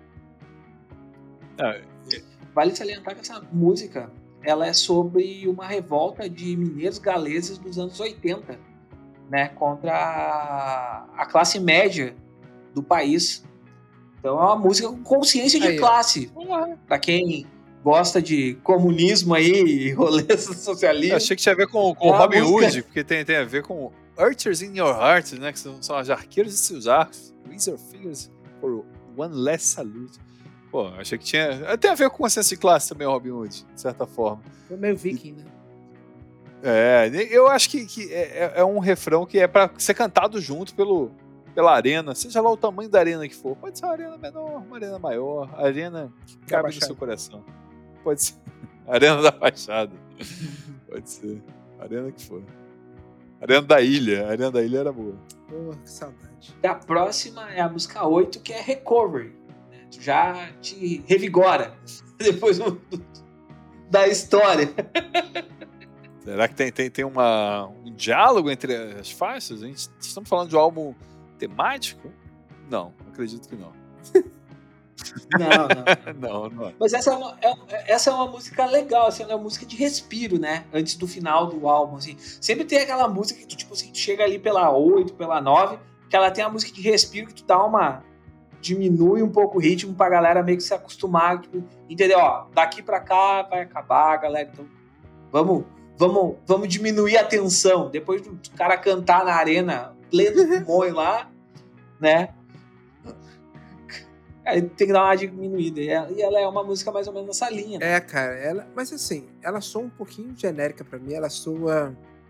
Vale salientar que essa música ela é sobre uma revolta de mineiros galeses dos anos 80, né, contra a classe média do país. Então é uma música com consciência de classe. Para quem gosta de comunismo aí, rolês socialistas. Eu achei que tinha a ver com Robin Hood, porque tem a ver com Archers in Your Heart, né, que são as arqueiros e seus arcos. Raise your fingers for one last salute. Pô, achei que tinha... Tem a ver com o senso de classe também, o Robin Hood, de certa forma. Foi meio viking, né? Eu acho que é um refrão que é pra ser cantado junto pela arena, seja lá o tamanho da arena que for. Pode ser uma arena menor, uma arena maior, a arena que cabe no seu coração. Pode ser arena da Baixada. Pode ser. Arena que for. Arena da Ilha. A Arena da Ilha era boa. Porra, que saudade. A próxima é a música 8, que é Recovery. Tu já te revigora depois da história. Será que tem um diálogo entre as faixas? Estamos falando de um álbum temático? Não, acredito que não. Não. Mas essa é uma música legal, assim, é uma música de respiro, né? Antes do final do álbum, assim. Sempre tem aquela música que tu, tipo assim, tu chega ali pela 8, pela 9, que ela tem a música de respiro que tu dá diminui um pouco o ritmo pra galera meio que se acostumar, tipo, entendeu? Ó, daqui pra cá vai acabar, galera, então vamos diminuir a tensão. Depois do cara cantar na arena, pleno pulmão lá, né? Aí tem que dar uma diminuída. E ela é uma música mais ou menos nessa linha. Né? Cara, mas assim, ela soa um pouquinho genérica pra mim, ela soa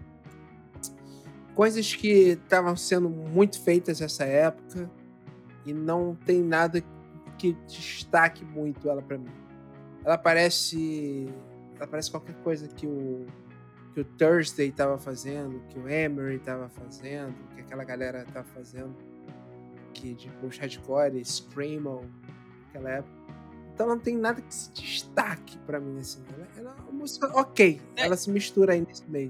coisas que estavam sendo muito feitas nessa época e não tem nada que destaque muito ela pra mim. Ela parece qualquer coisa que o Thursday tava fazendo, que o Emery tava fazendo, que aquela galera tava fazendo, que de post-hardcore, Screamo, naquela época. Então não tem nada que se destaque pra mim, assim. Ela é uma música ok, ela se mistura aí nesse meio.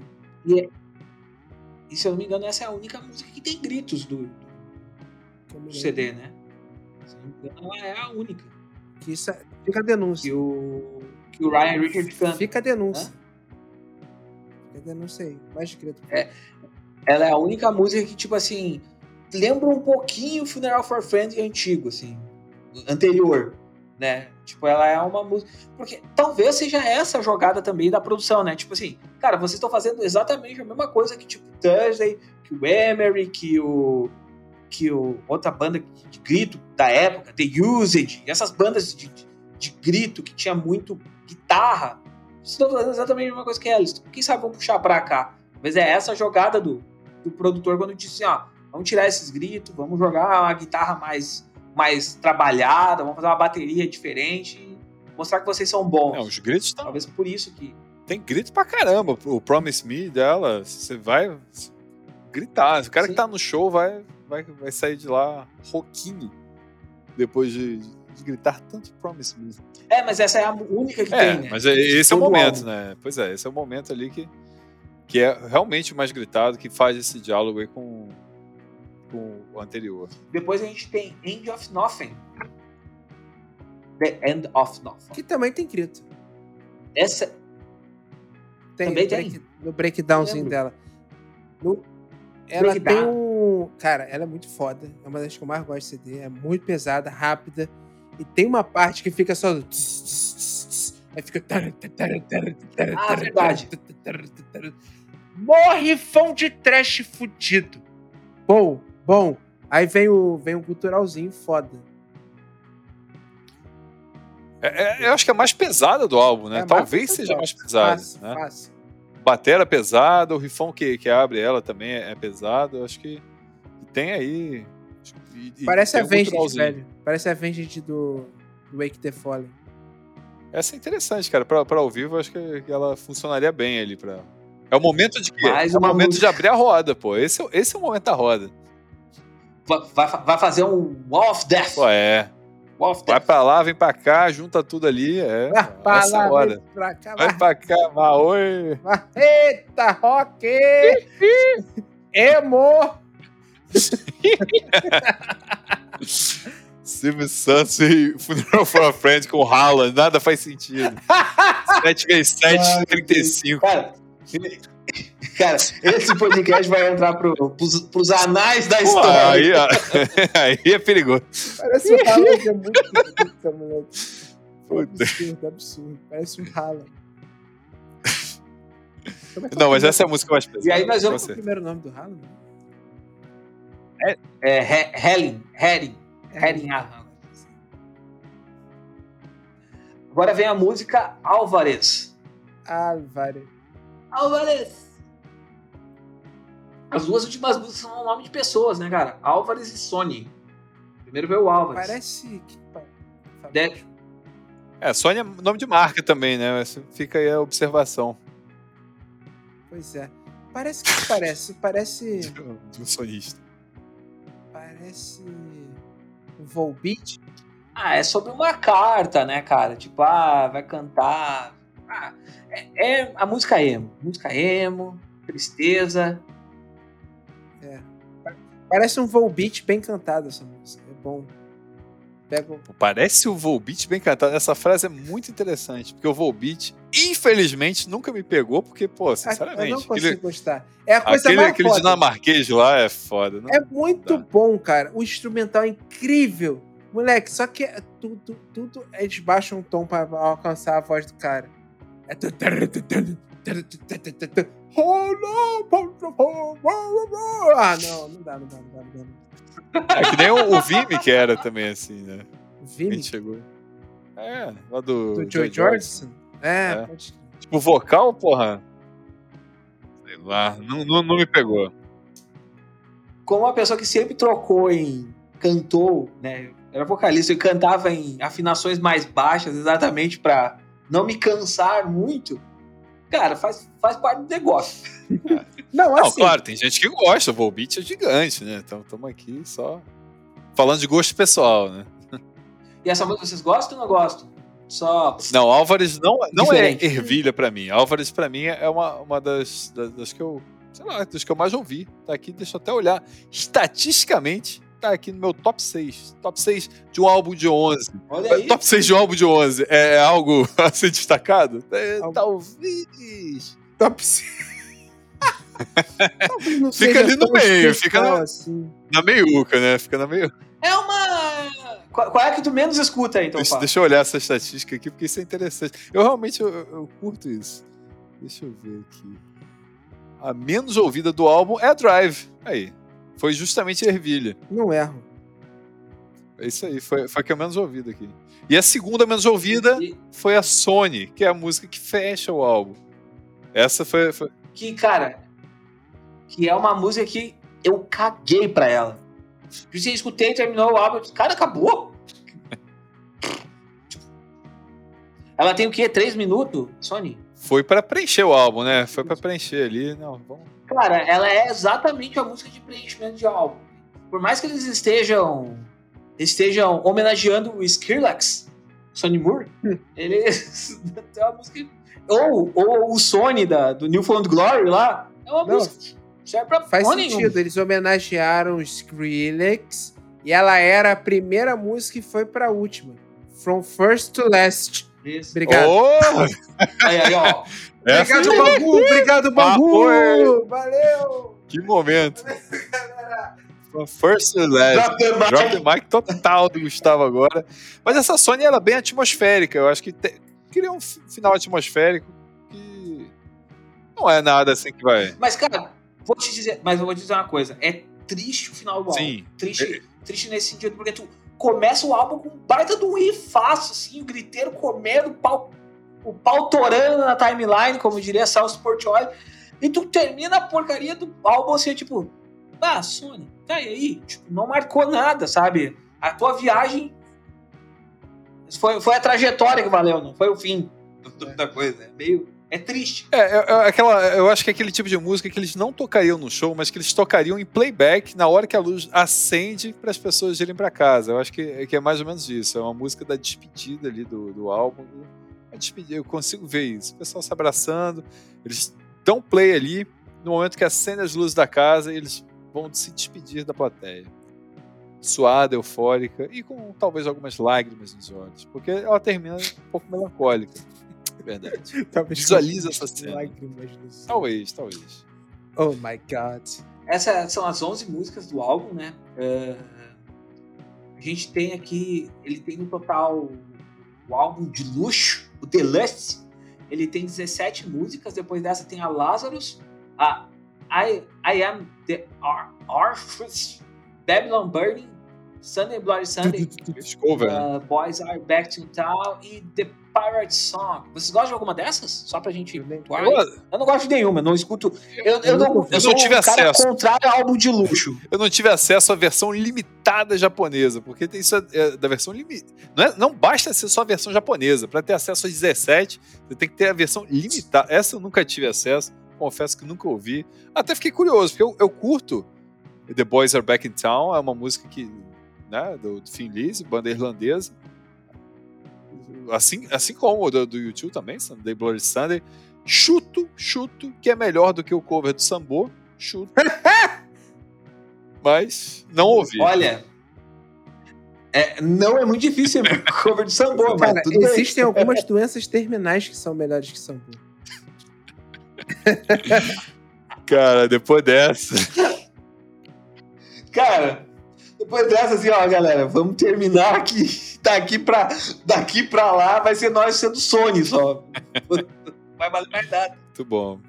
E se eu não me engano, essa é a única música que tem gritos do CD, né? Se eu não me engano, ela é a única. Que isso fica a denúncia. Que o Ryan Richards canta. Fica a denúncia. Fica a denúncia aí. Mais grito. Ela é a única música que, tipo assim, lembra um pouquinho o Funeral for Friends antigo, assim. Anterior, né? Tipo, ela é uma música... Porque talvez seja essa a jogada também da produção, né? Tipo assim, cara, vocês estão fazendo exatamente a mesma coisa que, tipo, Thursday, que o Emery, que o outra banda de grito da época, The Usage, essas bandas de grito que tinha muito guitarra, vocês estão fazendo exatamente a mesma coisa que eles. Quem sabe vão puxar pra cá. Mas é essa a jogada do produtor quando disse assim, ó, vamos tirar esses gritos, vamos jogar uma guitarra mais trabalhada, vamos fazer uma bateria diferente, mostrar que vocês são bons. Os gritos estão... Talvez por isso que... Tem grito pra caramba. O Promise Me dela, você vai gritar. O cara que tá no show vai sair de lá rouquinho depois de gritar tanto Promise Me. Mas essa é a única que tem, né? Mas esse é o momento, né? Pois é, esse é o momento ali que é realmente o mais gritado, que faz esse diálogo aí com o anterior. Depois a gente tem End of Nothing. The End of Nothing. Que também tem grito. Essa... também tem? No breakdownzinho dela. Ela tem um... Cara, ela é muito foda. É uma das que eu mais gosto de CD. É muito pesada, rápida. E tem uma parte que fica só... Aí fica... verdade. Morre fã de trash fudido. Bom. Aí vem o guturalzinho foda. Eu acho que é a mais pesada do álbum, né? Talvez seja a mais pesada. Fácil. Batera pesada, o rifão que abre ela também é pesado. Eu acho que tem aí... Parece a Avenged, velho. Parece a Avenged do Wake the Fallen. Essa é interessante, cara. Pra ao vivo, eu acho que ela funcionaria bem ali. É o momento de quê? É o momento de abrir a roda, pô. Esse é o momento da roda. Vai fazer um Wall of Death. Pô, vai pra lá, vem pra cá, junta tudo ali. Essa é a hora. Vai pra cá, oi. Eita, rock! Emo! Silvio Santos e Funeral for a Friend com Haaland, nada faz sentido. 7x7, 35. Cara, esse podcast vai entrar pros anais da história. Aí é perigoso. Parece um Haaland, é muito bonito, moleque. Absurdo. Parece um Haaland. Não, mas essa é a música mais pesada. E aí nós vamos... Qual é o primeiro nome do Haaland? Herring. Agora vem a música Álvarez. As duas últimas músicas são o nome de pessoas, né, cara? Álvarez e Sony. Primeiro veio o Álvarez. Parece que... Sony é nome de marca também, né? Fica aí a observação. Pois é. Parece... Do sonista. Parece... um Volbeat. É sobre uma carta, né, cara? Tipo, vai cantar... é a música emo, tristeza. Parece um Volbeat bem cantado essa música. É bom. Parece o Volbeat bem cantado. Essa frase é muito interessante, porque o Volbeat, infelizmente, nunca me pegou, porque, pô, sinceramente... Eu não consigo gostar. É a coisa mais aquele foda. dinamarquês lá é foda. Não? É muito bom, cara. O instrumental é incrível. Moleque, só que tudo eles baixam um tom pra alcançar a voz do cara. Não dá. É que nem o Vimy que era também assim, né? Vini? chegou. Lá do Do Joy Jordison? Pode crer. Tipo, vocal, porra. Sei lá, não me pegou. Como uma pessoa que sempre cantou, né? Era vocalista e cantava em afinações mais baixas, exatamente pra não me cansar muito. Cara, faz parte do negócio. Não, Não, assim, claro, tem gente que gosta, o Volbeat é gigante, né? Então estamos aqui só falando de gosto pessoal, né? E essa música vocês gostam ou não gostam? Só. Não, Álvares não é Diferente. ervilha pra mim. Álvares pra mim é uma das que eu, sei lá, das que eu mais ouvi. Tá aqui, deixa eu até olhar. Estatisticamente, tá aqui no meu top 6. Top 6 de um álbum de 11. Olha aí. Top 6 de um álbum de 11 é algo a ser destacado? Talvez. top 5. Não Fica seja ali no tão meio, especial fica assim. na meiuca, né? Fica na meiuca. É uma. Qual é que tu menos escuta aí, então? Deixa eu olhar essa estatística aqui, porque isso é interessante. Eu realmente eu curto isso. Deixa eu ver aqui. A menos ouvida do álbum é a Drive. Aí. Foi justamente Ervilha. Não erro. É isso aí, foi a que eu menos ouvida aqui. E a segunda menos ouvida foi a Sony, que é a música que fecha o álbum. Essa foi... Que, cara, que é uma música que eu caguei pra ela. Eu escutei, terminou o álbum, cara, acabou. Ela tem o quê? 3 minutos, Sony? Foi pra preencher o álbum, né? Foi pra preencher ali. Não, vamos... Cara, ela é exatamente a música de preenchimento de álbum. Por mais que eles estejam homenageando o Skrillex, Sonny Moore, eles tem uma música... Ou o Sony do Newfound Glory lá, é uma música que serve pra Faz porra sentido, nenhuma. eles homenagearam o Skrillex e ela era a primeira música e foi pra última. From First to Last. Isso. Obrigado. Aí, ó. Obrigado, Bangu! Obrigado, Bangu! Valeu! Que momento! First to last. Drop the mic total do Gustavo agora. Mas essa Sony ela é bem atmosférica. Eu acho que queria um final atmosférico que não é nada assim que vai. Mas, cara, eu vou dizer uma coisa. É triste o final do álbum. Sim. Triste nesse sentido, porque tu começa o álbum com um baita de um rifaço, assim, o griteiro comendo, o pau torando na timeline, como diria Celso Portiolli, e tu termina a porcaria do álbum assim, tipo, Sony, tá aí, tipo, não marcou nada, sabe? A tua viagem foi a trajetória que valeu, não foi o fim da coisa. É triste. Eu acho que é aquele tipo de música que eles não tocariam no show, mas que eles tocariam em playback na hora que a luz acende para as pessoas irem para casa. Eu acho que é mais ou menos isso. É uma música da despedida ali do álbum. Eu consigo ver isso. O pessoal se abraçando, eles dão play ali no momento que acendem as luzes da casa e eles vão se despedir da plateia. Suada, eufórica e com talvez algumas lágrimas nos olhos, porque ela termina um pouco melancólica. Verdade. Visualiza essa cena. Talvez. Oh my God. Essas são as 11 músicas do álbum, né? A gente tem aqui, ele tem no total o álbum de luxo, o Deluxe, ele tem 17 músicas. Depois dessa tem a Lazarus, a I Am the Orpheus, Babylon Burning, Sunday Bloody Sunday, Boys Are Back to Town e The Pirate Song. Vocês gostam de alguma dessas? Só pra gente... Eu não gosto de nenhuma, não escuto... Eu só tive acesso. Contrário ao álbum de luxo. Eu não tive acesso à versão limitada japonesa, porque tem isso da versão limitada. Não basta ser só a versão japonesa. Pra ter acesso a 17, você tem que ter a versão limitada. Essa eu nunca tive acesso, confesso que nunca ouvi. Até fiquei curioso, porque eu curto The Boys Are Back in Town, é uma música que, né, do Thin Lizzy, banda irlandesa. Assim como do YouTube também, Sunday Bloody Sunday. Chuto que é melhor do que o cover do Sambo. Chuto. Mas não ouvi. Olha, não é muito difícil ser cover do Sambo, cara, mas tudo existem bem. algumas doenças terminais que são melhores que Sambo. Cara, depois dessa... Cara, depois dessa, assim, ó, galera, vamos terminar aqui. Daqui pra lá vai ser nós sendo Sony só. Não vai valer mais nada. Muito bom.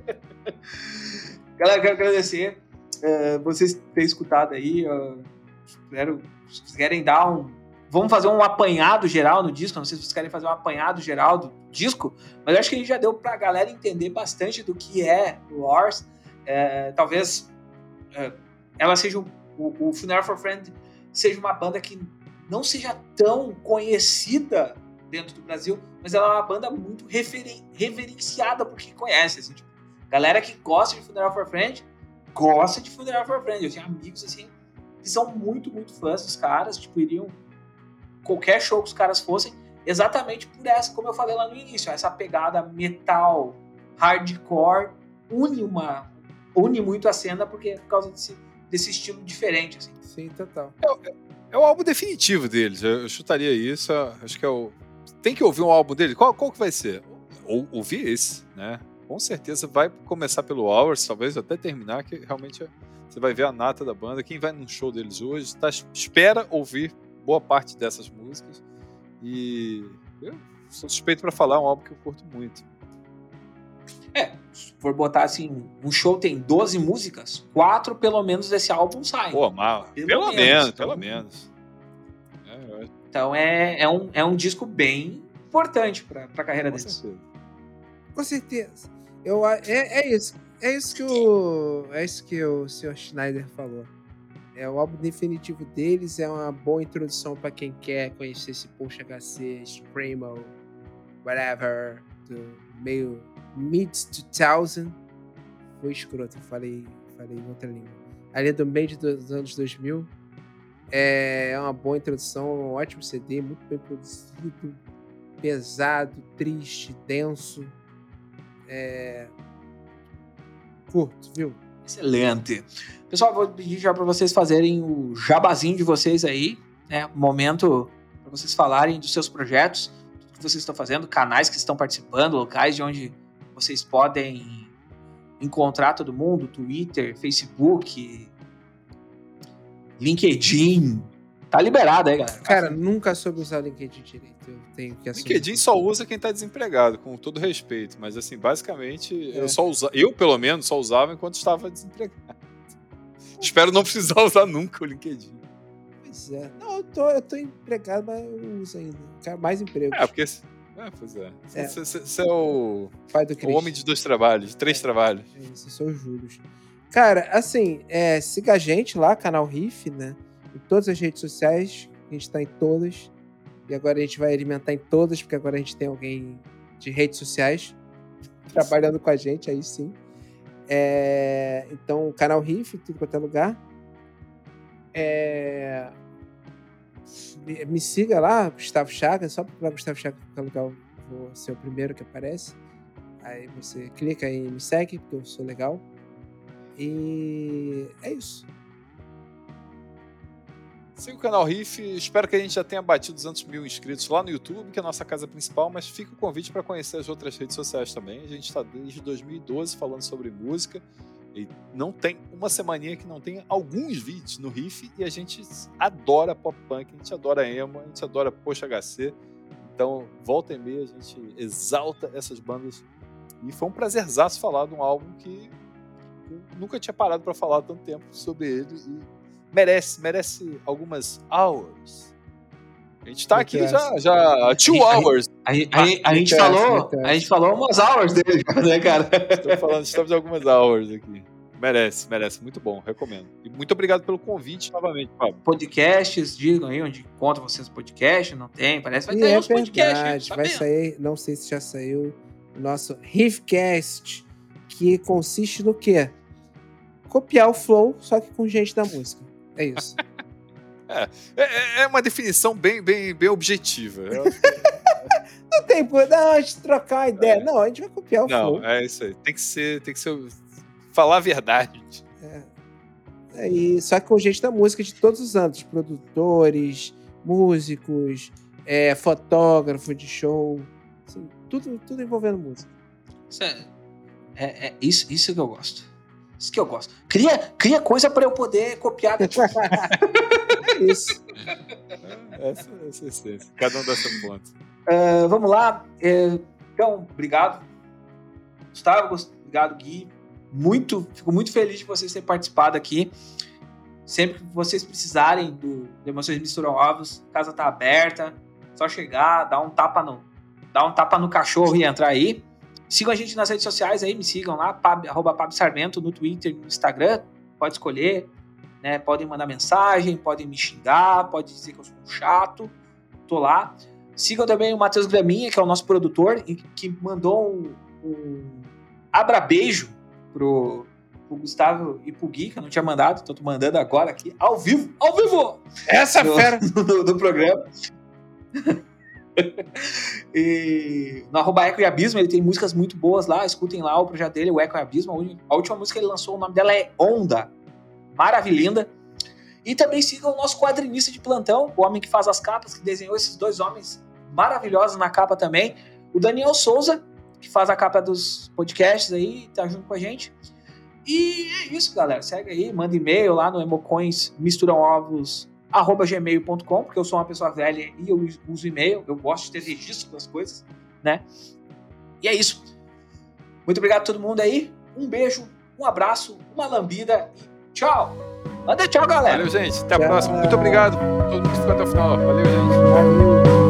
Galera, quero agradecer vocês terem escutado aí. se vocês querem dar vamos fazer um apanhado geral no disco. Não sei se vocês querem fazer um apanhado geral do disco, mas eu acho que a gente já deu pra galera entender bastante do que é o Wars. Talvez ela seja o Funeral for Friend seja uma banda que não seja tão conhecida dentro do Brasil, mas ela é uma banda muito reverenciada por quem conhece, assim, tipo, galera que gosta de Funeral for Friend gosta de Funeral for Friend. Eu tinha amigos assim que são muito, muito fãs dos caras, tipo, iriam qualquer show que os caras fossem, exatamente por essa, como eu falei lá no início, essa pegada metal, hardcore, une muito a cena por causa desse estilo diferente, assim. Sim, total. É o álbum definitivo deles, eu chutaria isso, acho que é o... Tem que ouvir um álbum dele, qual que vai ser? Ouvir esse, né? Com certeza vai começar pelo Hours, talvez até terminar, que realmente você vai ver a nata da banda, quem vai num show deles hoje, espera ouvir boa parte dessas músicas, e eu sou suspeito pra falar, é um álbum que eu curto muito. Se for botar assim, um show tem 12 músicas, 4 pelo menos desse álbum saem. Pô, mas pelo menos. Então é um disco bem importante pra carreira deles. Com certeza. É isso que o Sr. Schneider falou. O álbum definitivo deles é uma boa introdução para quem quer conhecer esse post-HC, Screamo, whatever, do meio mid-2000. Foi escroto, falei em outra língua. Ali do meio dos anos 2000. É uma boa introdução, um ótimo CD, muito bem produzido, pesado, triste, denso. Curto, viu? Excelente. Pessoal, vou pedir já para vocês fazerem o jabazinho de vocês aí, né? Momento para vocês falarem dos seus projetos, do que vocês estão fazendo, canais que estão participando, locais de onde vocês podem encontrar todo mundo, Twitter, Facebook, LinkedIn. Tá liberado aí, galera. Cara, nunca soube usar o LinkedIn direito. Eu tenho que assumir. LinkedIn só usa quem tá desempregado, com todo respeito. Mas, assim, basicamente, eu, pelo menos, só usava enquanto estava desempregado. Espero não precisar usar nunca o LinkedIn. Pois é. Não, eu tô empregado, mas eu uso ainda. Quero mais emprego. Porque... pois é. Você é o pai do o homem de 2 trabalhos, de 3 trabalhos. É isso, eu sou o Júlio. Cara, assim, siga a gente lá, canal Riff, né? Em todas as redes sociais, a gente tá em todas. E agora a gente vai alimentar em todas, porque agora a gente tem alguém de redes sociais trabalhando com a gente, aí sim. Então, canal Riff, tudo quanto é lugar. Me siga lá, Gustavo Chagas, só procurar Gustavo Chagas em qualquer lugar, eu vou ser o primeiro que aparece. Aí você clica e me segue, porque eu sou legal. E é isso. Siga o canal Riff, espero que a gente já tenha batido 200 mil inscritos lá no YouTube, que é a nossa casa principal, mas fica o convite para conhecer as outras redes sociais também. A gente está desde 2012 falando sobre música, e não tem uma semaninha que não tenha alguns vídeos no Riff, e a gente adora pop punk, a gente adora emo, a gente adora post-HC, então volta e meia a gente exalta essas bandas, e foi um prazerzaço falar de um álbum que eu nunca tinha parado para falar há tanto tempo sobre ele, e merece algumas hours. A gente tá aqui já 2 hours. A gente falou umas hours dele, né, cara? Estamos de algumas hours aqui. Merece. Muito bom, recomendo. E muito obrigado pelo convite novamente, Fábio. Podcasts, digam aí onde encontra vocês o podcast, não tem? Parece que vai ter uns podcasts. Vai sair, não sei se já saiu, o nosso Riffcast, que consiste no quê? Copiar o flow, só que com gente da música. É isso. É uma definição bem objetiva. Não tem por a gente trocar uma ideia. Não, a gente vai copiar o flow. Não, é isso aí. Tem que ser falar a verdade. Só que com gente da música de todos os âmbitos. Produtores, músicos, fotógrafo de show. Assim, tudo envolvendo música. Isso que eu gosto. Isso que eu gosto. Cria coisa para eu poder copiar. É isso. Essa é a essência. Cada um dá seu ponto. Vamos lá. Então, obrigado, Gustavo. Obrigado, Gui. Fico muito feliz de vocês terem participado aqui. Sempre que vocês precisarem do Emoções Misturam Ovos, a casa tá aberta, só chegar, dar um tapa no cachorro e entrar aí. Sigam a gente nas redes sociais aí, me sigam lá, @PabloSarmento no Twitter e no Instagram, pode escolher, né? Podem mandar mensagem, podem me xingar, pode dizer que eu sou um chato, tô lá. Sigam também o Matheus Graminha, que é o nosso produtor, que mandou um abra-beijo pro Gustavo e pro Gui, que eu não tinha mandado, tô mandando agora aqui, ao vivo! Essa fera! Do programa. E no @Eco e Abismo, ele tem músicas muito boas lá, escutem lá o projeto dele, o Eco e Abismo. A última música que ele lançou, o nome dela é Onda, maravilhinda. E também sigam o nosso quadrinista de plantão, o homem que faz as capas, que desenhou esses 2 homens maravilhosos na capa também, o Daniel Souza, que faz a capa dos podcasts aí, tá junto com a gente. E é isso, galera, segue aí, manda e-mail lá no emocoins.misturamovos@gmail.com, porque eu sou uma pessoa velha e eu uso e-mail, eu gosto de ter registro das coisas, né? E é isso. Muito obrigado a todo mundo aí, um beijo, um abraço, uma lambida e tchau! Manda tchau, galera! Valeu, gente, até a próxima. Muito obrigado a todo mundo que ficou até o final. Valeu, gente. Valeu.